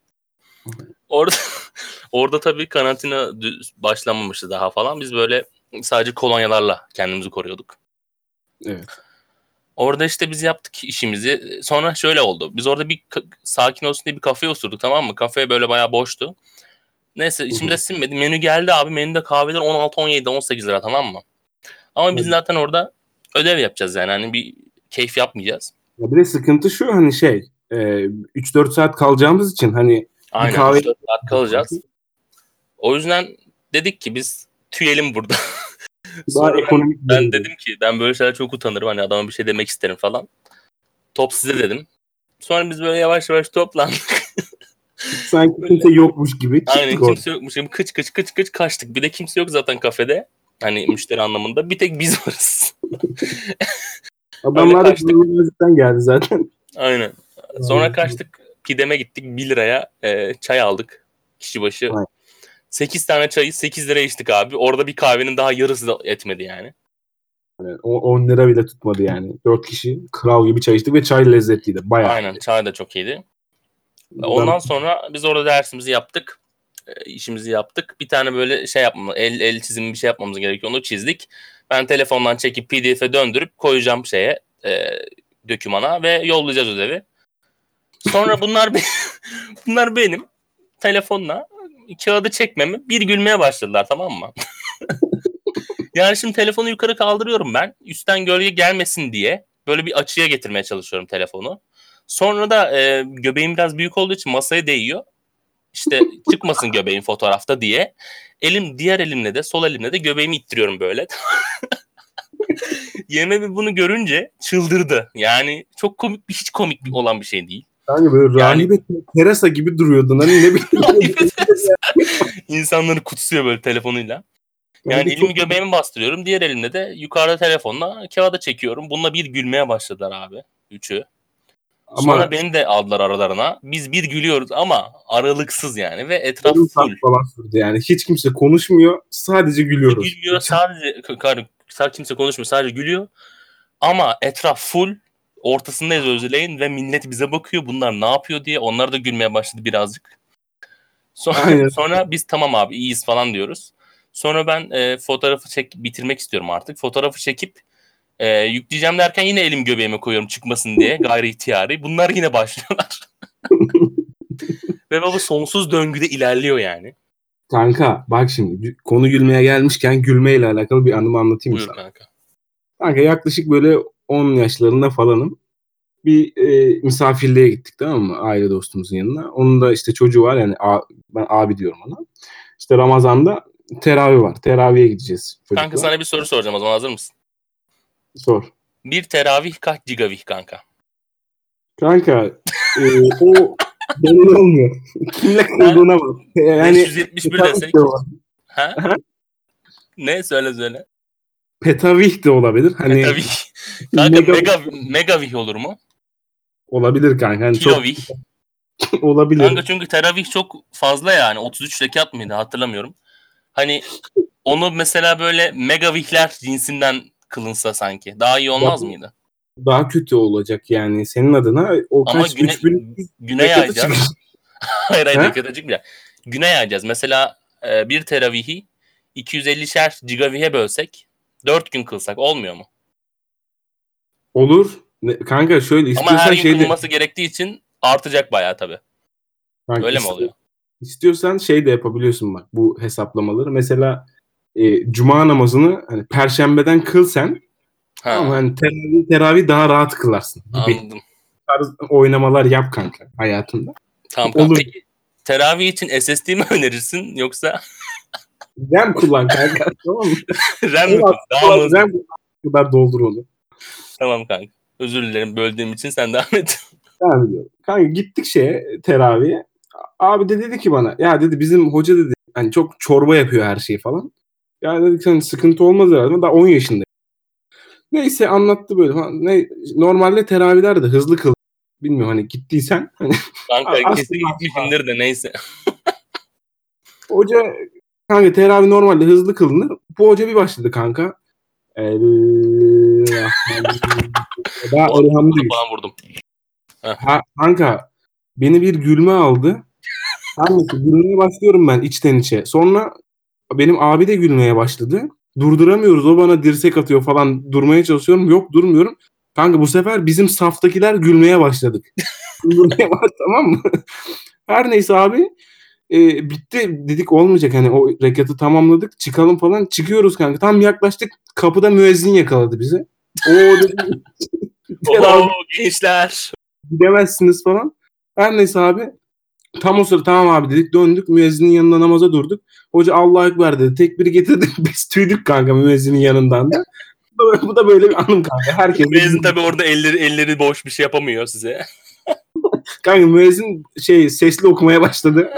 Orada tabii karantina başlamamıştı daha falan. Biz böyle sadece kolonyalarla kendimizi koruyorduk. Evet. Orada işte biz yaptık işimizi. Sonra şöyle oldu. Biz orada bir sakin olsun diye bir kafeye oturduk, tamam mı? Kafe böyle bayağı boştu. Neyse içimize sinmedi. Menü geldi abi. Menüde kahveler 16, 17, 18 lira, tamam mı? Ama biz zaten orada ödev yapacağız yani. Hani bir keyif yapmayacağız. Ya bir de sıkıntı şu, hani 3-4 saat kalacağımız için hani aynen, bir kahve 3-4 saat kalacağız. O yüzden dedik ki biz tüyelim burada. Sonra ben dedim ki ben böyle şeyler çok utanırım. Hani adama bir şey demek isterim falan. Top size dedim. Sonra biz böyle yavaş yavaş toplandık. Sanki kimse yokmuş gibi çıktık. Aynen, kimse yokmuş gibi kıç kaçtık. Bir de kimse yok zaten kafede. Hani müşteri anlamında. Bir tek biz varız. Adamlar da bizden geldi zaten. Aynen. Sonra kaçtık. Pideme gittik. 1 liraya çay aldık. Kişi başı. Aynen. 8 tane çayı 8 liraya içtik abi. Orada bir kahvenin daha yarısı da etmedi yani. Yani 10 lira bile tutmadı yani. 4 kişi kral gibi çay içtik ve çay lezzetliydi. Bayağı. Aynen, çay da çok iyiydi. Ondan sonra biz orada dersimizi yaptık. İşimizi yaptık. Bir tane böyle şey yapmamız, el çizimi bir şey yapmamız gerekiyor. Onu çizdik. Ben telefondan çekip PDF'e döndürüp koyacağım dokümana ve yollayacağız ödevi. Sonra bunlar benim telefonla kağıdı çekmemi bir gülmeye başladılar, tamam mı? Yani şimdi telefonu yukarı kaldırıyorum ben. Üstten gölge gelmesin diye. Böyle bir açıya getirmeye çalışıyorum telefonu. Sonra da göbeğim biraz büyük olduğu için masaya değiyor. İşte çıkmasın göbeğin fotoğrafta diye. Diğer elimle de, sol elimle de göbeğimi ittiriyorum böyle. Yemeği bunu görünce çıldırdı. Yani çok hiç komik olan bir şey değil. Yani böyle rahibe Teresa gibi duruyordun. Hani ne bileyim. İnsanları kutsuyor böyle telefonuyla. Yani elimi göbeğimi bastırıyorum. Diğer elimle de yukarıda telefonla kağıda çekiyorum. Bununla bir gülmeye başladılar abi. 3'ü. Sonra beni de aldılar aralarına. Biz bir gülüyoruz ama aralıksız yani ve etraf full. Falan sürdü yani. Hiç kimse konuşmuyor. Sadece gülüyoruz. Gülmüyor sadece. Kimse konuşmuyor. Sadece gülüyor. Ama etraf full. Ortasındayız Özdeğin ve millet bize bakıyor. Bunlar ne yapıyor diye. Onlar da gülmeye başladı birazcık. Sonra biz tamam abi iyiyiz falan diyoruz. Sonra ben fotoğrafı bitirmek istiyorum artık. Fotoğrafı çekip yükleyeceğim derken yine elim göbeğime koyuyorum çıkmasın diye gayri ihtiyari. Bunlar yine başlıyorlar. Ve baba sonsuz döngüde ilerliyor yani. Kanka bak şimdi konu gülmeye gelmişken gülmeyle alakalı bir anımı anlatayım mı sana? Buyur kanka. Kanka yaklaşık böyle 10 yaşlarında falanım. Bir misafirliğe gittik, tamam mı? Aile dostumuzun yanına. Onun da işte çocuğu var yani ben abi diyorum ona. İşte Ramazan'da teravih var. Teravihe gideceğiz çocuklar. Kanka sana bir soru soracağım o zaman, hazır mısın? Sor. Bir teravih kaç gigavih kanka? Kanka o belli olmuyor. Kimle kıldığına bak. Yani 571 desek. Ha? Ne? Söyle. Petavih de olabilir. Hani petavih. Kanka megavih olur mu? Olabilir kanka. Hani kilovih. Olabilir. Kanka çünkü teravih çok fazla yani. 33 rekat mıydı hatırlamıyorum. Hani onu mesela böyle megavihler cinsinden kılınsa sanki. Daha iyi olmaz mıydı? daha kötü olacak yani senin adına. O Ama kaç 3000 güne rekatı yayacağız. çıkıyor. Hayır Ha? rekata çıkmayacak. Güne yayacağız. Mesela bir teravihi 250'şer gigavihe bölsek 4 gün kılsak olmuyor mu? Olur. Kanka şöyle Ama her istiyorsan gün şeyde kılınması gerektiği için artacak bayağı tabii. kanka, Öyle mi oluyor? istiyorsan şey de yapabiliyorsun bak bu hesaplamaları. Mesela cuma namazını hani perşembeden kıl sen, ama Ha, hani teravih daha rahat kılarsın gibi anladım. tarz oynamalar yap kanka hayatında. Tamam kanka. Olur. Peki teravih için SSD mi önerirsin yoksa RAM kullan kanka. Tamam mı? RAM mi? En az Daha mı hızlı? RAM kadar doldur onu. Tamam kanka. Özür dilerim böldüğüm için sen devam et. Devam ediyorum. Kanka gittik teraviye. Abi de dedi ki bana, ya dedi bizim hoca dedi hani çok çorba yapıyor her şeyi falan. Ya dedik sen sıkıntı olmaz herhalde. Daha 10 yaşında. Neyse anlattı böyle falan. Normalde teravihler de hızlı kıl. Bilmiyorum hani gittiysen. Hani, Kanka kesin aslında gitmişimdir de neyse. hoca kanka teravih normalde hızlı kılınır. Bu hoca bir başladı kanka. Daha elhamdülillah. Falan vurdum. Kanka beni bir gülme aldı. Hangisi? Gülmeye başlıyorum ben içten içe. Sonra benim abi de gülmeye başladı. Durduramıyoruz. O bana dirsek atıyor falan. Durmaya çalışıyorum. Yok durmuyorum. Kanka bu sefer bizim saftakiler gülmeye başladık. Gülmeye var tamam mı? Her neyse abi bitti dedik olmayacak hani o rekatı tamamladık çıkalım falan çıkıyoruz kanka tam yaklaştık kapıda müezzin yakaladı bizi. O dedi Oho teravih gençler. gidemezsiniz falan. Her neyse abi tam o sırada tamam abi dedik döndük müezzinin yanında namaza durduk. Hoca Allahu Ekber dedi tekbiri getirdi biz tüydük kanka müezzinin yanından da. Bu da böyle bir anım kanka. Herkes de Mezun tabii orada elleri boş bir şey yapamıyor size. kanka müezzin sesli okumaya başladı.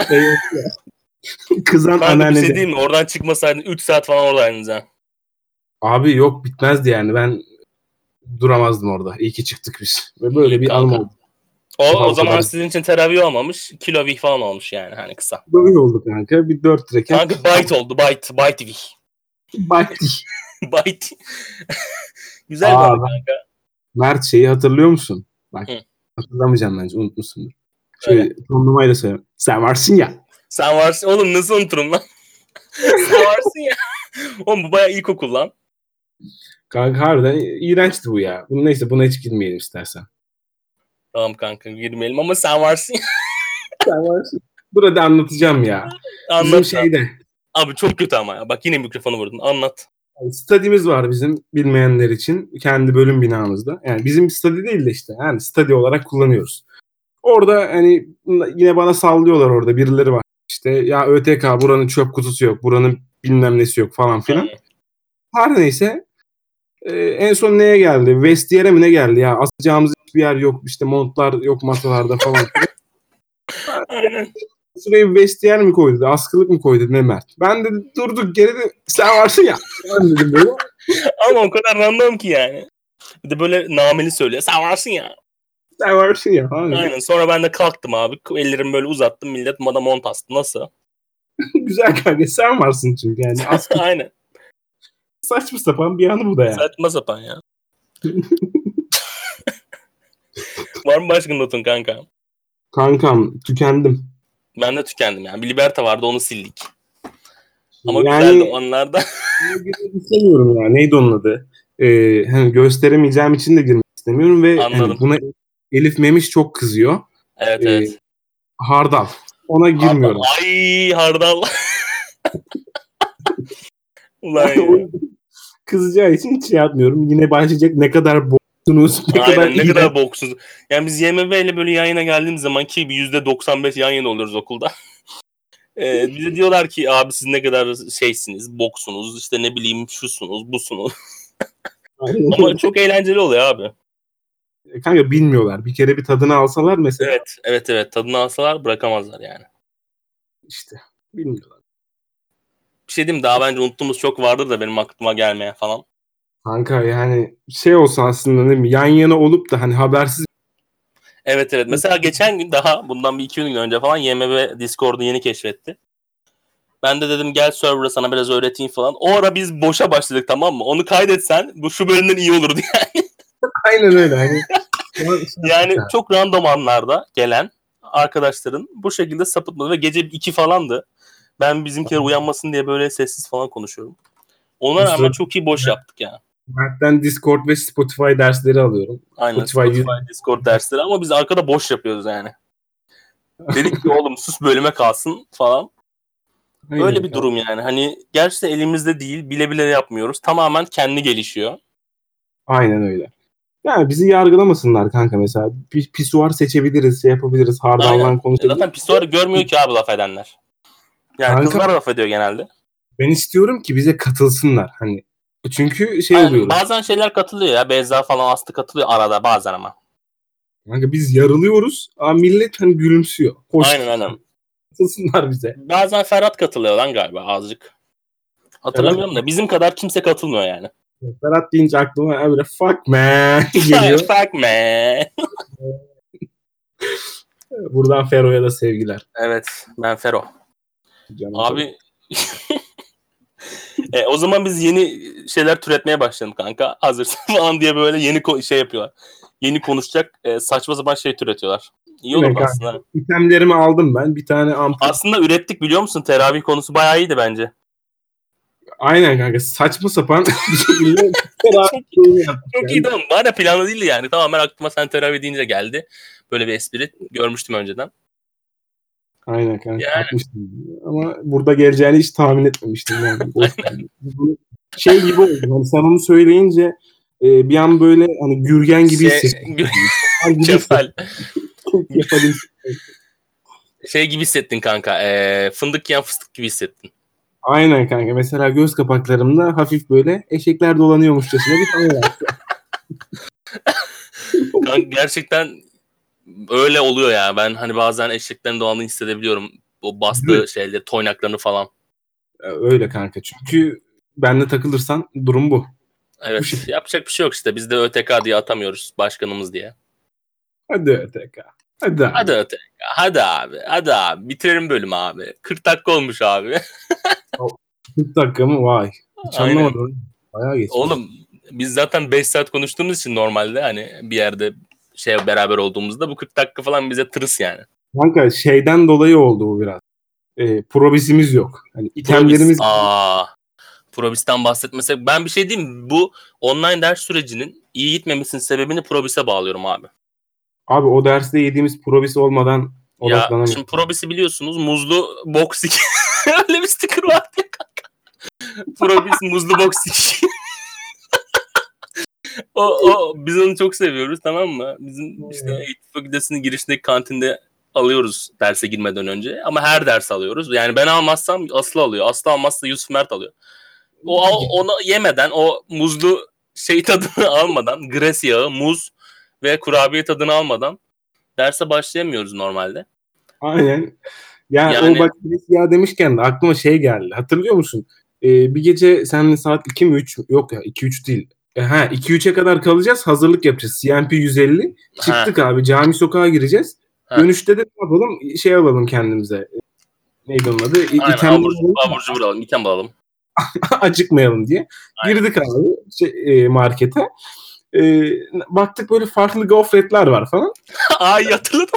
Kızan Kanka bir anneanne şey de. diyeyim mi? Oradan çıkmasaydın 3 saat falan oradaydınız ha. Abi yok bitmezdi yani ben duramazdım orada. İyi ki çıktık biz. Ve böyle İyi bir anım kanka. oldu. O, Oha o bu kadar zaman sizin için teravih olmamış. Kilovih falan olmuş yani hani kısa. böyle oldu kanka. Bir 4 Kanka rekat. byte oldu. Byte. Bye. Byte. Güzel bir Aa anı kanka. Mert şeyi hatırlıyor musun? Bak Hı, hatırlamayacağım bence unutmuşsundur. öyle. Şöyle tonlamayla söylüyorum. Sen varsın ya. Sen varsın. Oğlum nasıl unuturum lan? Sen varsın ya. Oğlum bu bayağı ilkokul lan. Kanka harbiden iğrençti bu ya. Neyse buna hiç girmeyelim istersen. Tamam kanka girmeyelim ama sen varsın ya. Sen varsın. Burada anlatacağım ya. Bizim Anlat lan. şeyde Abi çok kötü ama ya. Bak yine mikrofonu vurdun. Anlat. stadimiz var bizim bilmeyenler için. Kendi bölüm binamızda. Yani bizim bir stadi değil de işte. Yani stadi olarak kullanıyoruz. Orada hani yine bana sallıyorlar orada birileri var. İşte ya ÖTK buranın çöp kutusu yok. Buranın bilmem nesi yok falan filan. Hı. Her neyse en son neye geldi? Vestiyere mi ne geldi ya? Asacağımız hiçbir yer yok. İşte montlar yok masalarda falan filan. Aynen. Şuraya bir vestiyer mi koydu? Askılık mı koydu? Ne Mert? Ben de durduk geri de sen varsın ya. Ben dedim böyle. Ama o kadar random ki yani. Bir de böyle nameli söylüyor. Sen varsın ya. Sen varsın ya. Abi. Aynen. Sonra ben de kalktım abi. Ellerimi böyle uzattım. Millet bana mont astı. Nasıl? Güzel kanka sen varsın çünkü yani. Askı Aynen. saçma sapan bir anı bu da yani. Saçma sapan ya. Var mı başka notun kanka? Kankam tükendim. Ben de tükendim yani. Bir Liberta vardı onu sildik. Ama güzeldi o Yani anlarda. istemiyorum ya. Neydi onun adı? Hani gösteremeyeceğim için de girmek istemiyorum ve hani Anladım. buna Elif Memiş çok kızıyor. Evet Ee, evet. Hardal. Ona Hardal. girmiyorum. Ay hardal. Ulan Yani o ya. yüzden kızacağı için hiç şey yapmıyorum. Yine başlayacak ne kadar boksunuz, ne kadar Aynen ne iğrenç. kadar boksuz. Yani biz YMV ile böyle yan yana geldiğimiz zaman ki %95 yan yana oluyoruz okulda. Bize diyorlar ki abi siz ne kadar şeysiniz, boksunuz, işte ne bileyim şusunuz, busunuz. Ama çok eğlenceli oluyor abi. Kanka bilmiyorlar. Bir kere bir tadını alsalar mesela Evet. Tadını alsalar bırakamazlar yani. işte bilmiyorlar. Bir şey diyeyim mi? Daha bence unuttuğumuz çok vardır da benim aklıma gelmeyen falan. Kanka yani şey olsa aslında değil mi? Yan yana olup da hani habersiz Evet. Mesela geçen gün daha bundan bir iki gün önce falan YMB Discord'u yeni keşfetti. Ben de dedim gel server'a sana biraz öğreteyim falan. O ara biz boşa başladık tamam mı? Onu kaydetsen bu şu bölümden iyi olurdu yani. Aynen öyle. Hani Yani çok random anlarda gelen arkadaşların bu şekilde sapıtmadı ve gece 2 falandı. Ben bizimkiler uyanmasın diye böyle sessiz falan konuşuyorum. Ona rağmen çok iyi boş yaptık ya. Mert'ten Discord ve Spotify dersleri alıyorum. Aynen Spotify, Discord dersleri ama biz arkada boş yapıyoruz yani. Dedik ki oğlum sus bölüme kalsın falan. Aynen Öyle bir kanka. durum yani. Hani gerçekten elimizde değil, bile bile yapmıyoruz. Tamamen kendi gelişiyor. Aynen öyle. Yani bizi yargılamasınlar kanka mesela. Pisuar seçebiliriz, şey yapabiliriz, Aynen. hardallan konuşabiliriz. Zaten pisuarı görmüyor ki abi laf edenler. Yani Kanka kızlar laf ediyor genelde. ben istiyorum ki bize katılsınlar. Hani çünkü şey Aynen. oluyoruz. Bazen şeyler katılıyor ya. Beyza falan Aslı katılıyor arada bazen ama. Kanka biz yarılıyoruz ama millet hani gülümsüyor. Hoş Aynen. katılsınlar bize. Bazen Ferhat katılıyor lan galiba azıcık. Ferhat, Hatırlamıyorum da bizim kadar kimse katılmıyor yani. Ferhat deyince aklıma böyle fuck man geliyor. Fuck man. Buradan Fero'ya da sevgiler. Evet ben Fero. Canım Fero. Abi o zaman biz yeni şeyler türetmeye başladık kanka. Hazırsın falan diye böyle yeni şey yapıyorlar. Yeni konuşacak saçma sapan şey türetiyorlar. İyi Yine olurdu kanka. aslında. İtemlerimi aldım ben. Bir tane ampul. Aslında ürettik biliyor musun? Teravih konusu bayağı iyiydi bence. Aynen kanka. Saçma sapan bir şekilde Çok, şeyini yaptık çok yani. iyi tamam. Bana planlı değildi yani. Tamamen aklıma sen teravih deyince geldi. Böyle bir espri görmüştüm önceden. Aynen kanka. Yani Atmıştım. Ama burada geleceğini hiç tahmin etmemiştim yani. Bu şey gibi oldu. Hani sen onu söyleyince bir an böyle hani Gürgen gibi hissettim. Kefal gibi hissettim. Kefal. Kefal'in Şey gibi hissettin kanka. Fındık yiyen fıstık gibi hissettin. aynen kanka. Mesela göz kapaklarımda hafif böyle eşekler dolanıyormuşçasına bir tane var. Kanka gerçekten öyle oluyor ya. Ben hani bazen eşeklerin doğanı hissedebiliyorum. O bastığı şeyleri, toynaklarını falan. Öyle kanka. Çünkü benle takılırsan durum bu. Bu Evet. şekilde. Yapacak bir şey yok işte. Biz de ÖTK diye atamıyoruz başkanımız diye. Hadi öteka. Hadi Hadi abi. ÖTK. Hadi abi. Hadi abi. Bitirelim bölümü abi. 40 dakika olmuş abi. 40 dakika mı? Vay. Hiç Aynen. anlamadım. Bayağı geçmiş. Oğlum biz zaten 5 saat konuştuğumuz için normalde hani bir yerde şey beraber olduğumuzda bu 40 dakika falan bize tırıs yani. Kanka şeyden dolayı oldu bu biraz. Probisimiz yok. Hani Probis. itemlerimiz Probis'ten bahsetmesek ben bir şey diyeyim mi? Bu online ders sürecinin iyi gitmemesinin sebebini Probis'e bağlıyorum abi. abi o derste yediğimiz probis olmadan Ya odaklanamıyoruz. şimdi Probis'i biliyorsunuz muzlu boksik. Öyle bir sticker var ya kanka. Probis muzlu boksik. Biz onu çok seviyoruz tamam mı? Bizim işte eğitim fakültesinin girişindeki kantinde alıyoruz derse girmeden önce. Ama her ders alıyoruz. Yani ben almazsam Aslı alıyor. Aslı almazsa Yusuf Mert alıyor. Onu yemeden o muzlu şey tadını almadan gres yağı, muz ve kurabiye tadını almadan derse başlayamıyoruz normalde. Aynen. Ya o Yani bak ya demişken de aklıma şey geldi. Hatırlıyor musun? Bir gece seninle saat 2 mi 3 yok ya 2-3 değil. 2-3'e kadar kalacağız. Hazırlık yapacağız. CMP 150. ha Çıktık abi. Cami sokağa gireceğiz. ha Dönüşte de ne yapalım? Şey alalım kendimize. Neydi onun adı? aynen İtemleri alalım da abur cubur alalım, item alalım. acıkmayalım diye. Aynen. Girdik abi markete. Baktık böyle farklı gofretler var falan. Ay hatırladım.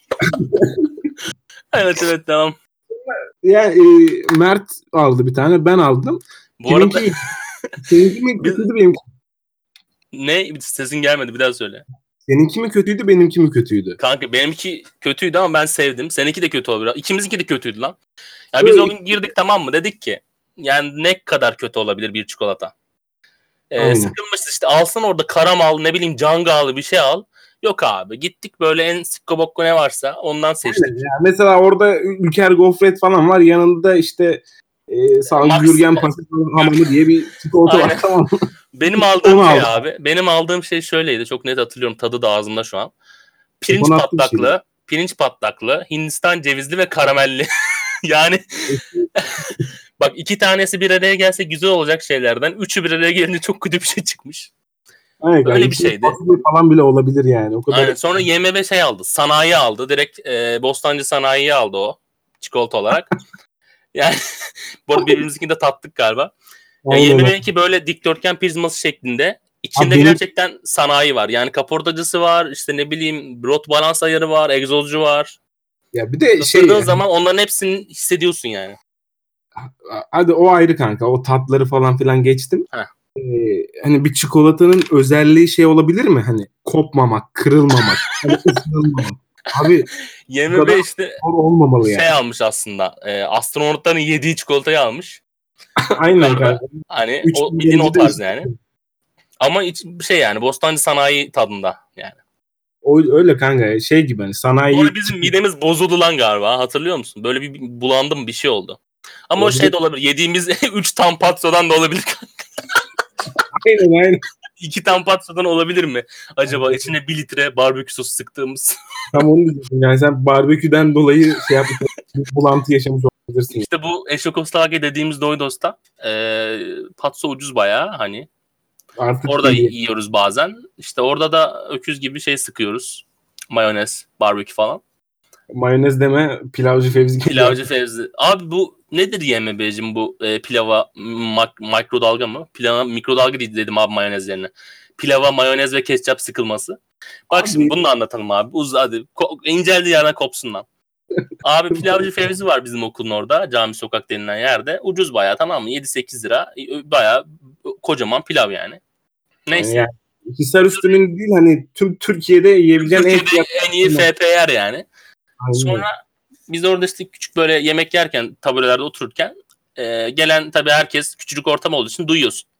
Evet tamam. Yani Mert aldı bir tane. Ben aldım. Bu arada Kiminki seninki mi biz kötüydü benimki? ne sesin gelmedi bir daha söyle. Seninki mi kötüydü benimki mi kötüydü? Kanka benimki kötüydü ama ben sevdim. Seninki de kötü olabilir. İkimizinki de kötüydü lan. Ya biz o Böyle, gün girdik tamam mı? Dedik ki yani ne kadar kötü olabilir bir çikolata? aynen. Sıkılmışız işte alsın orada karam ne bileyim cangalı bir şey al. Yok abi gittik böyle en sikko bokko ne varsa ondan Aynen seçtik. ya. Mesela orada Ülker Gofret falan var. Yanında işte Max Gürgen Pasif Hamamı diye bir çikolata var aynen. tamam mı? Benim aldığım Onu şey aldım. abi. Benim aldığım şey şöyleydi. Çok net hatırlıyorum. Tadı da ağzımda şu an. Kokonatlı bir şeydi. Pirinç patlaklı, Hindistan cevizli ve karamelli. Yani bak iki tanesi bir araya gelse güzel olacak şeylerden. Üçü bir araya gelince çok kötü bir şey çıkmış. Aynen yani Öyle bir içinde şeydi. fasulye falan bile olabilir yani. O kadar Aynen. Sonra YMB şey aldı. Sanayi aldı. Direkt Bostancı Sanayi'yi aldı o. Çikolata olarak. Yani bu arada birbirimizinkini de tattık galiba. Ya aynen öyle. YMB'ninki böyle dikdörtgen prizması şeklinde. İçinde Abi gerçekten sanayi var. Yani kaportacısı var, işte ne bileyim rot balans ayarı var, egzozcu var. ya bir de Isırdığın zaman onların hepsini hissediyorsun yani. hadi o ayrı kanka. O tatları falan filan geçtim. Heh. Hani bir çikolatanın özelliği şey olabilir mi? Hani kopmamak, kırılmamak, hani ısırılmamak. Abi bu kadar YMB işte zor olmamalı yani. şey almış aslında. Astronotların yediği çikolatayı almış. Aynen Yukarıda. kanka. Hani 3 o bildiğin o milyoncu da tarz işte. yani. Ama şey yani Bostancı sanayi tadında yani. O öyle kanka. Şey gibi hani Sonra sanayi bizim midemiz bozuldu lan galiba. Hatırlıyor musun? Böyle bir bulandım bir şey oldu. Ama o şey olabilir. de olabilir. Yediğimiz 3 tampatsodan da olabilir. Aynen. 2 tampatsodan olabilir mi? Acaba içine 1 litre barbekü sosu sıktığımız. Tam onu diyecektim. Yani sen barbeküden dolayı şey yapmış, bulantı yaşamış olabilirsin. İşte bu Eşokoslavakya dediğimiz Doydos'ta patso ucuz bayağı hani. Artık Orada değil. yiyoruz bazen. İşte orada da öküz gibi şey sıkıyoruz. Mayonez, barbekü falan. Mayonez deme, pilavcı Fevzi geldi. Pilavcı Fevzi. Abi bu nedir YMB'cim bu pilava mikrodalga mı? Pilava mikrodalga değil dedim abi mayonez yerine. Pilava mayonez ve ketçap sıkılması. Bak şimdi Abi bunu da anlatalım abi. Hadi inceldiği yerden kopsun lan. Abi pilavcı Fevzi var bizim okulun orada. Cami Sokak denilen yerde. Ucuz bayağı, tamam mı? 7-8 lira. Bayağı kocaman pilav yani. Neyse. yani Hisarüstü'nün değil hani tüm Türkiye'de yiyebileceğin en Türkiye'de fiyatlı. en iyi FPR yani. Aynen Sonra öyle. biz orada işte küçük böyle yemek yerken, tabelelerde otururken gelen tabii herkes, küçücük ortam olduğu için duyuyorsun.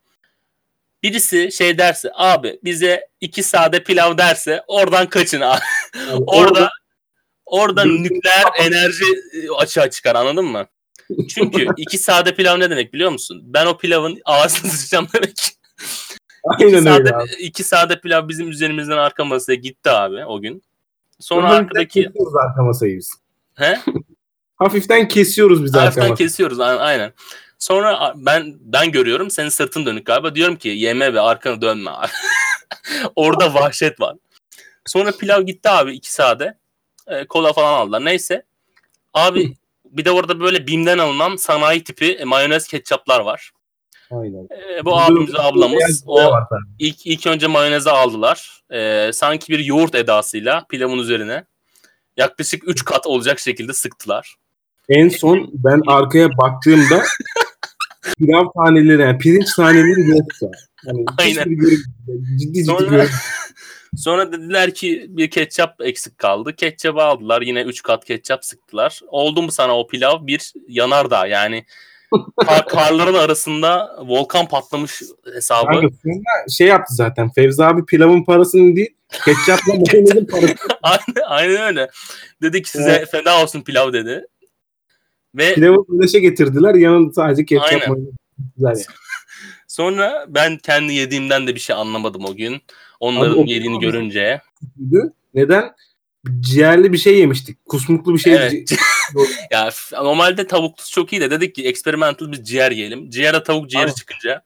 Birisi şey derse, abi bize 2 sade pilav derse oradan kaçın abi. Yani orada orada gözünü nükleer kapat. enerji açığa çıkar, anladın mı? Çünkü 2 sade pilav ne demek biliyor musun? Ben o pilavın ağzına sıçacağım demek. İki Aynen öyle sade abi. iki sade pilav bizim üzerimizden arka masaya gitti abi o gün. Ve Sonra hafiften arkadaki kesiyoruz arka masayı biz. he? Hafiften kesiyoruz biz arka Hafiften masayı. kesiyoruz aynen. Sonra ben görüyorum, senin sırtın dönük galiba. Diyorum ki yeme ve arkanı dönme abi. Orada vahşet var. Sonra pilav gitti abi 2 sade. Kola falan aldılar. Neyse. Abi bir de orada böyle BİM'den alınan sanayi tipi mayonez ketçaplar var. Aynen. Bu Burada abimiz ve ablamız beyaz boya o var tabii. ilk önce mayonezi aldılar. Sanki bir yoğurt edasıyla pilavın üzerine yaklaşık 3 kat olacak şekilde sıktılar. En son ben arkaya baktığımda pilav taneleri, yani pirinç taneleri yoktu. Yani Aynen. hiçbir görüntü, ciddi Sonra görüntü. sonra dediler ki bir ketçap eksik kaldı. Ketçabı aldılar. Yine 3 kat ketçap sıktılar. Oldu mu sana o pilav? Bir yanardağ. Yani karların arasında volkan patlamış hesabı. Kanka sonra şey yaptı zaten. Fevzi abi pilavın parasını değil, ketçapla mayonezin parasını. Aynen öyle. Dedi ki size feda olsun pilav dedi. Ve Pilavı güneşe getirdiler. Yanında sadece ketçap aynen. mayonez yani. Sonra ben kendi yediğimden de bir şey anlamadım o gün. Abi Onların o yediğini görünce. neden? Ciğerli bir şey yemiştik. Kusmuklu bir şey. Evet. Ya normalde tavuklu çok iyi de dedik ki experimental biz ciğer yiyelim. Ciğere tavuk ciğeri çıkınca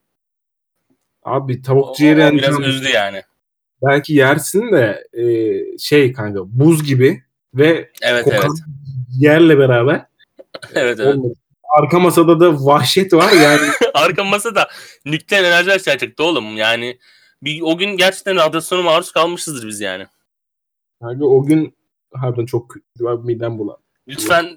Abi tavuk ciğeri o yani biraz üzdü yani. belki yersin de şey kanka buz gibi ve Evet evet. kokan ciğerle beraber Evet evet. olmadı. Arka masada da vahşet var yani. Arka masada nükleer enerji açığa çıktı oğlum. Yani o gün gerçekten radyasyona maruz kalmışızdır biz yani. Kanka o gün harbiden çok kötü. Midem bulandı. Lütfen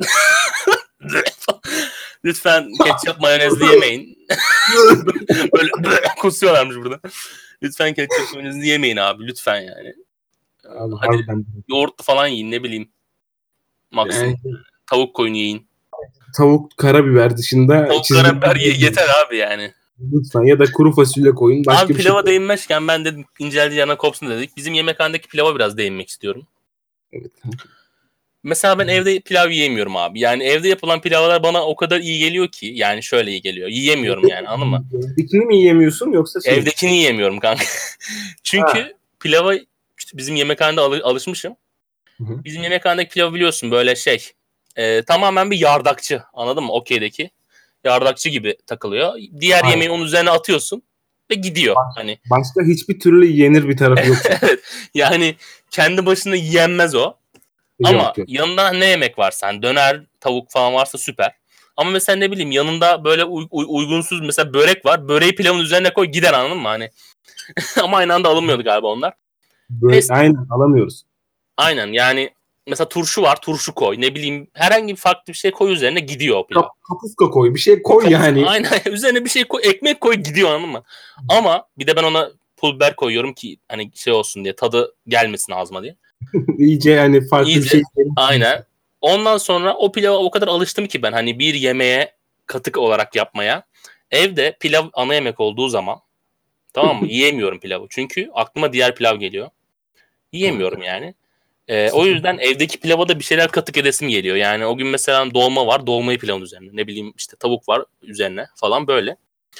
lütfen ketçap mayonezli yemeyin. Böyle kusuyorlarmış burada. Lütfen ketçap mayonezli yemeyin abi, lütfen yani. Abi Hadi harbiden. yoğurtlu falan yiyin, ne bileyim. Maksimum. Yani Tavuk koyun yiyin. tavuk karabiber dışında Tavuk çizgi karabiber yeter abi yani. lütfen ya da kuru fasulye koyun. Abi Başka bir şey pilava koyun. değinmişken ben de inceldiği yana kopsun dedik. Bizim yemekhanedeki pilava biraz değinmek istiyorum. Evet. Mesela ben evde pilav yiyemiyorum abi. Yani evde yapılan pilavlar bana o kadar iyi geliyor ki. Yani şöyle iyi geliyor. Yiyemiyorum yani, anladın mı? Evdekini mi yiyemiyorsun yoksa şey mi? Evdekini yiyemiyorum kanka. Ha. Çünkü pilava işte bizim yemekhanede alışmışım. Hı-hı. Bizim yemekhanedeki pilavı biliyorsun böyle şey. Tamamen bir yardakçı, anladın mı? Okey'deki yardakçı gibi takılıyor. Diğer Aynen. yemeği onun üzerine atıyorsun ve gidiyor. Hani Başka hiçbir türlü yenir bir tarafı yok. evet. Yani kendi başına yenmez o. Ama Yok yok. yanında ne yemek varsa, hani döner, tavuk falan varsa süper. Ama mesela ne bileyim yanında böyle uygunsuz mesela börek var. Böreği pilavın üzerine koy gider, anladın mı? Hani Ama aynı anda alınmıyordu galiba onlar. Böyle, aynen alamıyoruz. Aynen yani mesela turşu var, turşu koy. Ne bileyim herhangi bir farklı bir şey koy üzerine gidiyor o pilav. Kapuska koy, bir şey koy yani. Aynen üzerine bir şey koy, ekmek koy gidiyor, anladın mı? Ama bir de ben ona pul biber koyuyorum ki hani şey olsun diye, tadı gelmesin ağzıma diye. İyice hani farklı bir şey. Aynen. Ondan sonra o pilava o kadar alıştım ki ben hani bir yemeğe katık olarak yapmaya. Evde pilav ana yemek olduğu zaman, tamam mı? Yiyemiyorum pilavı. Çünkü aklıma diğer pilav geliyor. Yiyemiyorum yani. O yüzden evdeki pilava da bir şeyler katık edesim geliyor. Yani o gün mesela dolma var. Dolmayı pilavın üzerine. Ne bileyim işte tavuk var üzerine falan böyle.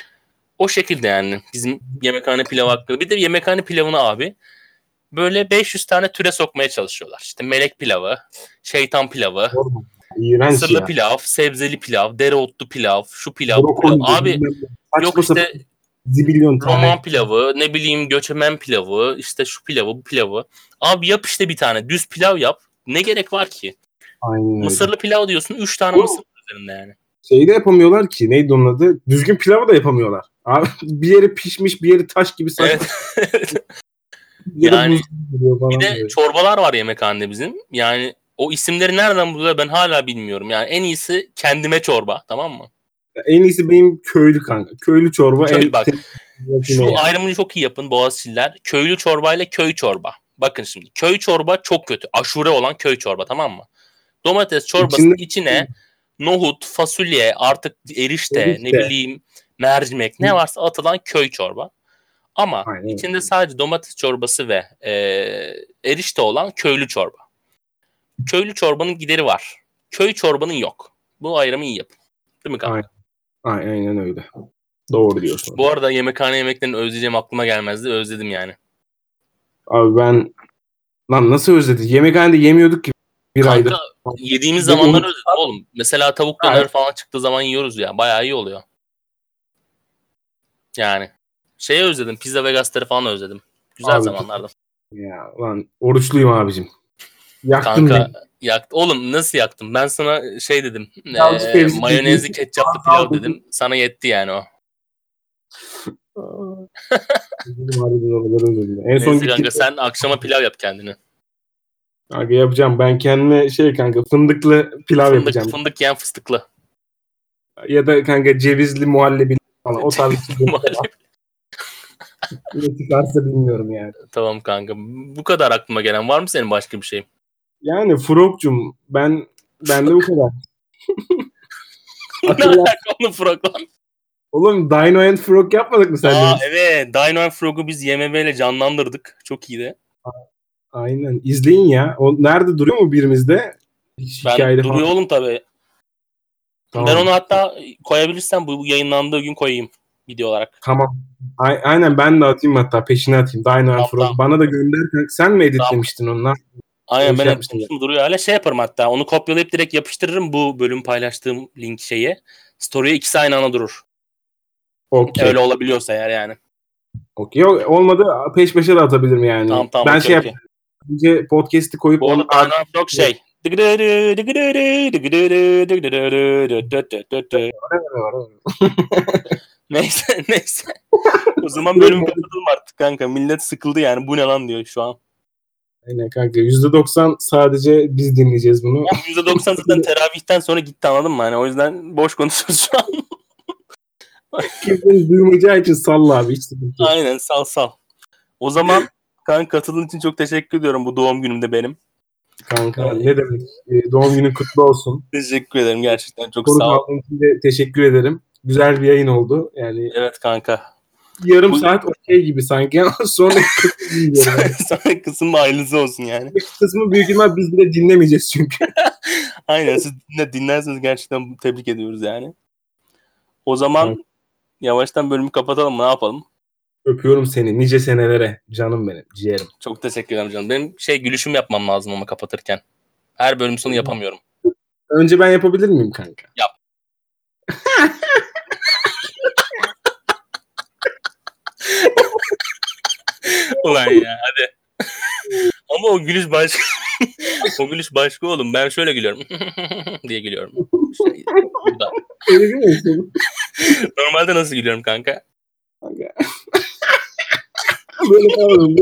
O şekilde yani bizim yemekhane pilavı hakkında. Bir de yemekhane pilavını abi böyle 500 tane türe sokmaya çalışıyorlar. İşte melek pilavı, şeytan pilavı, İğrenç mısırlı ya. pilav, sebzeli pilav, dereotlu pilav, şu pilav, bu pilav. Brokoli. Abi yok Saçma işte zibilyon roman tane. pilavı, ne bileyim göçemen pilavı, işte şu pilavı, bu pilavı. Abi yap işte bir tane düz pilav yap. Ne gerek var ki? Aynen öyle. Mısırlı pilav diyorsun, 3 tane mısır üzerinde yani. Şeyi de yapamıyorlar ki. Neydi onun adı? Düzgün pilavı da yapamıyorlar. Abi bir yeri pişmiş, bir yeri taş gibi saçma. Evet. Ya da Yani buz gibi falan bir de böyle. çorbalar var yemekhanede bizim. Yani o isimleri nereden buluyor ben hala bilmiyorum. Yani en iyisi kendime çorba, tamam mı? En iyisi benim köylü kanka. Köylü çorba Köy en bak. yani. Şu ayrımını çok iyi yapın Boğaziçi'liler. Köylü çorba ile köy çorba. Bakın şimdi köy çorba çok kötü. Aşure olan köy çorba, tamam mı? Domates çorbasının İçinde içine nohut, fasulye, artık erişte, ne erişte. bileyim mercimek ne varsa atılan köy çorba. Ama Aynen. içinde sadece domates çorbası ve erişte olan köylü çorba. Köylü çorbanın gideri var. Köy çorbanın yok. Bu ayrımı iyi yapın. Değil mi kanka? Aynen öyle. Doğru diyorsun. Bu arada yemekhane yemeklerini özleyeceğim aklıma gelmezdi. Özledim yani. Abi ben lan nasıl özledik? Yemekhanede yemiyorduk ki bir Kanka aydır. yediğimiz Beni zamanları unut. özledim oğlum. Mesela tavuk Ha, döner falan çıktığı zaman yiyoruz ya. Bayağı iyi oluyor. Yani. Şeyi özledim. Pizza Vegas'ları falan özledim. Güzel abi zamanlardı. ya lan oruçluyum abicim. Yaktın Kanka beni. Oğlum nasıl yaktım? Ben sana şey dedim. Pilavcı Fevzi Mayonezli dediğin ketçaplı sağ pilav dedim. Sana yetti yani o. Benim harbiden oraları özledim. En son Neyse kanka gittiğimde sen akşama pilav yap kendine. kanka yapacağım. Ben kendime şey kanka fındıklı pilav Fındık yapacağım. fındık yiyen fıstıklı. Ya da kanka cevizli muhallebi falan. O tarz bir şey yapacağım. Ne çıkarsa bilmiyorum yani. Tamam kanka. Bu kadar aklıma gelen var mı senin başka bir şey? Yani Frog'cum ben de bu kadar. Ne Hatırla. alaka onu Frog lan? Oğlum Dino and Frog yapmadık mı seninle Aa biz? evet. Dino and Frog'u biz YMB ile canlandırdık. Çok iyiydi. Aynen. İzleyin ya. O nerede duruyor mu birimizde? Hiç Ben hikayede duruyor falan. oğlum tabii. Ben Tamam. onu hatta koyabilirsem bu yayınlandığı gün koyayım video olarak. Tamam. Aynen ben de atayım hatta peşine atayım. Dino and Tamam tamam. Frog. Bana da gönder. Sen mi Tamam. editlemiştin onu? Öyle Aynen ben şey yapmıştın. editlemiştim duruyor hala. Şey yaparım hatta onu kopyalayıp direkt yapıştırırım bu bölüm paylaştığım link şeye. Story'e ikisi aynı anda durur. Öyle Okey. olabiliyorsa eğer yani. Okey. Yok, olmadı peş peşe de atabilirim Tamam yani. tamam Ben okey şey okey. yapayım. Önce podcast'i koyup Bu arada onun Dino and Frog şey. Neyse neyse. O zaman direkt bölümü kapatalım artık kanka. Millet sıkıldı yani. Bu ne lan diyor şu an. aynen kanka. %90 sadece biz dinleyeceğiz bunu. Ama %90 zaten teravihten sonra gitti, anladın mı? Hani o yüzden boş konuşuyoruz şu an. Kimsenin duymayacağı için salla abi. Hiç sıkıntı yok. Aynen sal sal. O zaman kanka katıldığın için çok teşekkür ediyorum bu doğum günümde benim. Kanka ne demek. Doğum günün kutlu olsun. Teşekkür ederim gerçekten çok Konuk sağ ol. aldığın için de teşekkür ederim. Güzel bir yayın oldu. Yani Evet kanka. yarım Bu saat okey gibi sanki ama sonraki kısmı bilmiyorum. sonra kısım hayırlısı olsun yani. Sonraki kısmı büyük ihtimal biz bile dinlemeyeceğiz çünkü. Aynen siz dinlerseniz gerçekten tebrik ediyoruz yani. O Kanka, zaman yavaştan bölümü kapatalım, ne yapalım? öpüyorum seni nice senelere. Canım benim, ciğerim. Çok teşekkür ederim canım. Benim gülüşüm yapmam lazım ama kapatırken. Her bölüm sonu yapamıyorum. Önce ben yapabilir miyim kanka? Yap. Ulan ya hadi. Ama o gülüş başka. O gülüş başka oğlum. Ben şöyle gülüyorum. diye gülüyorum. Burada. Öyle değil mi? Normalde nasıl gülüyorum kanka? Kanka. Böyle falan.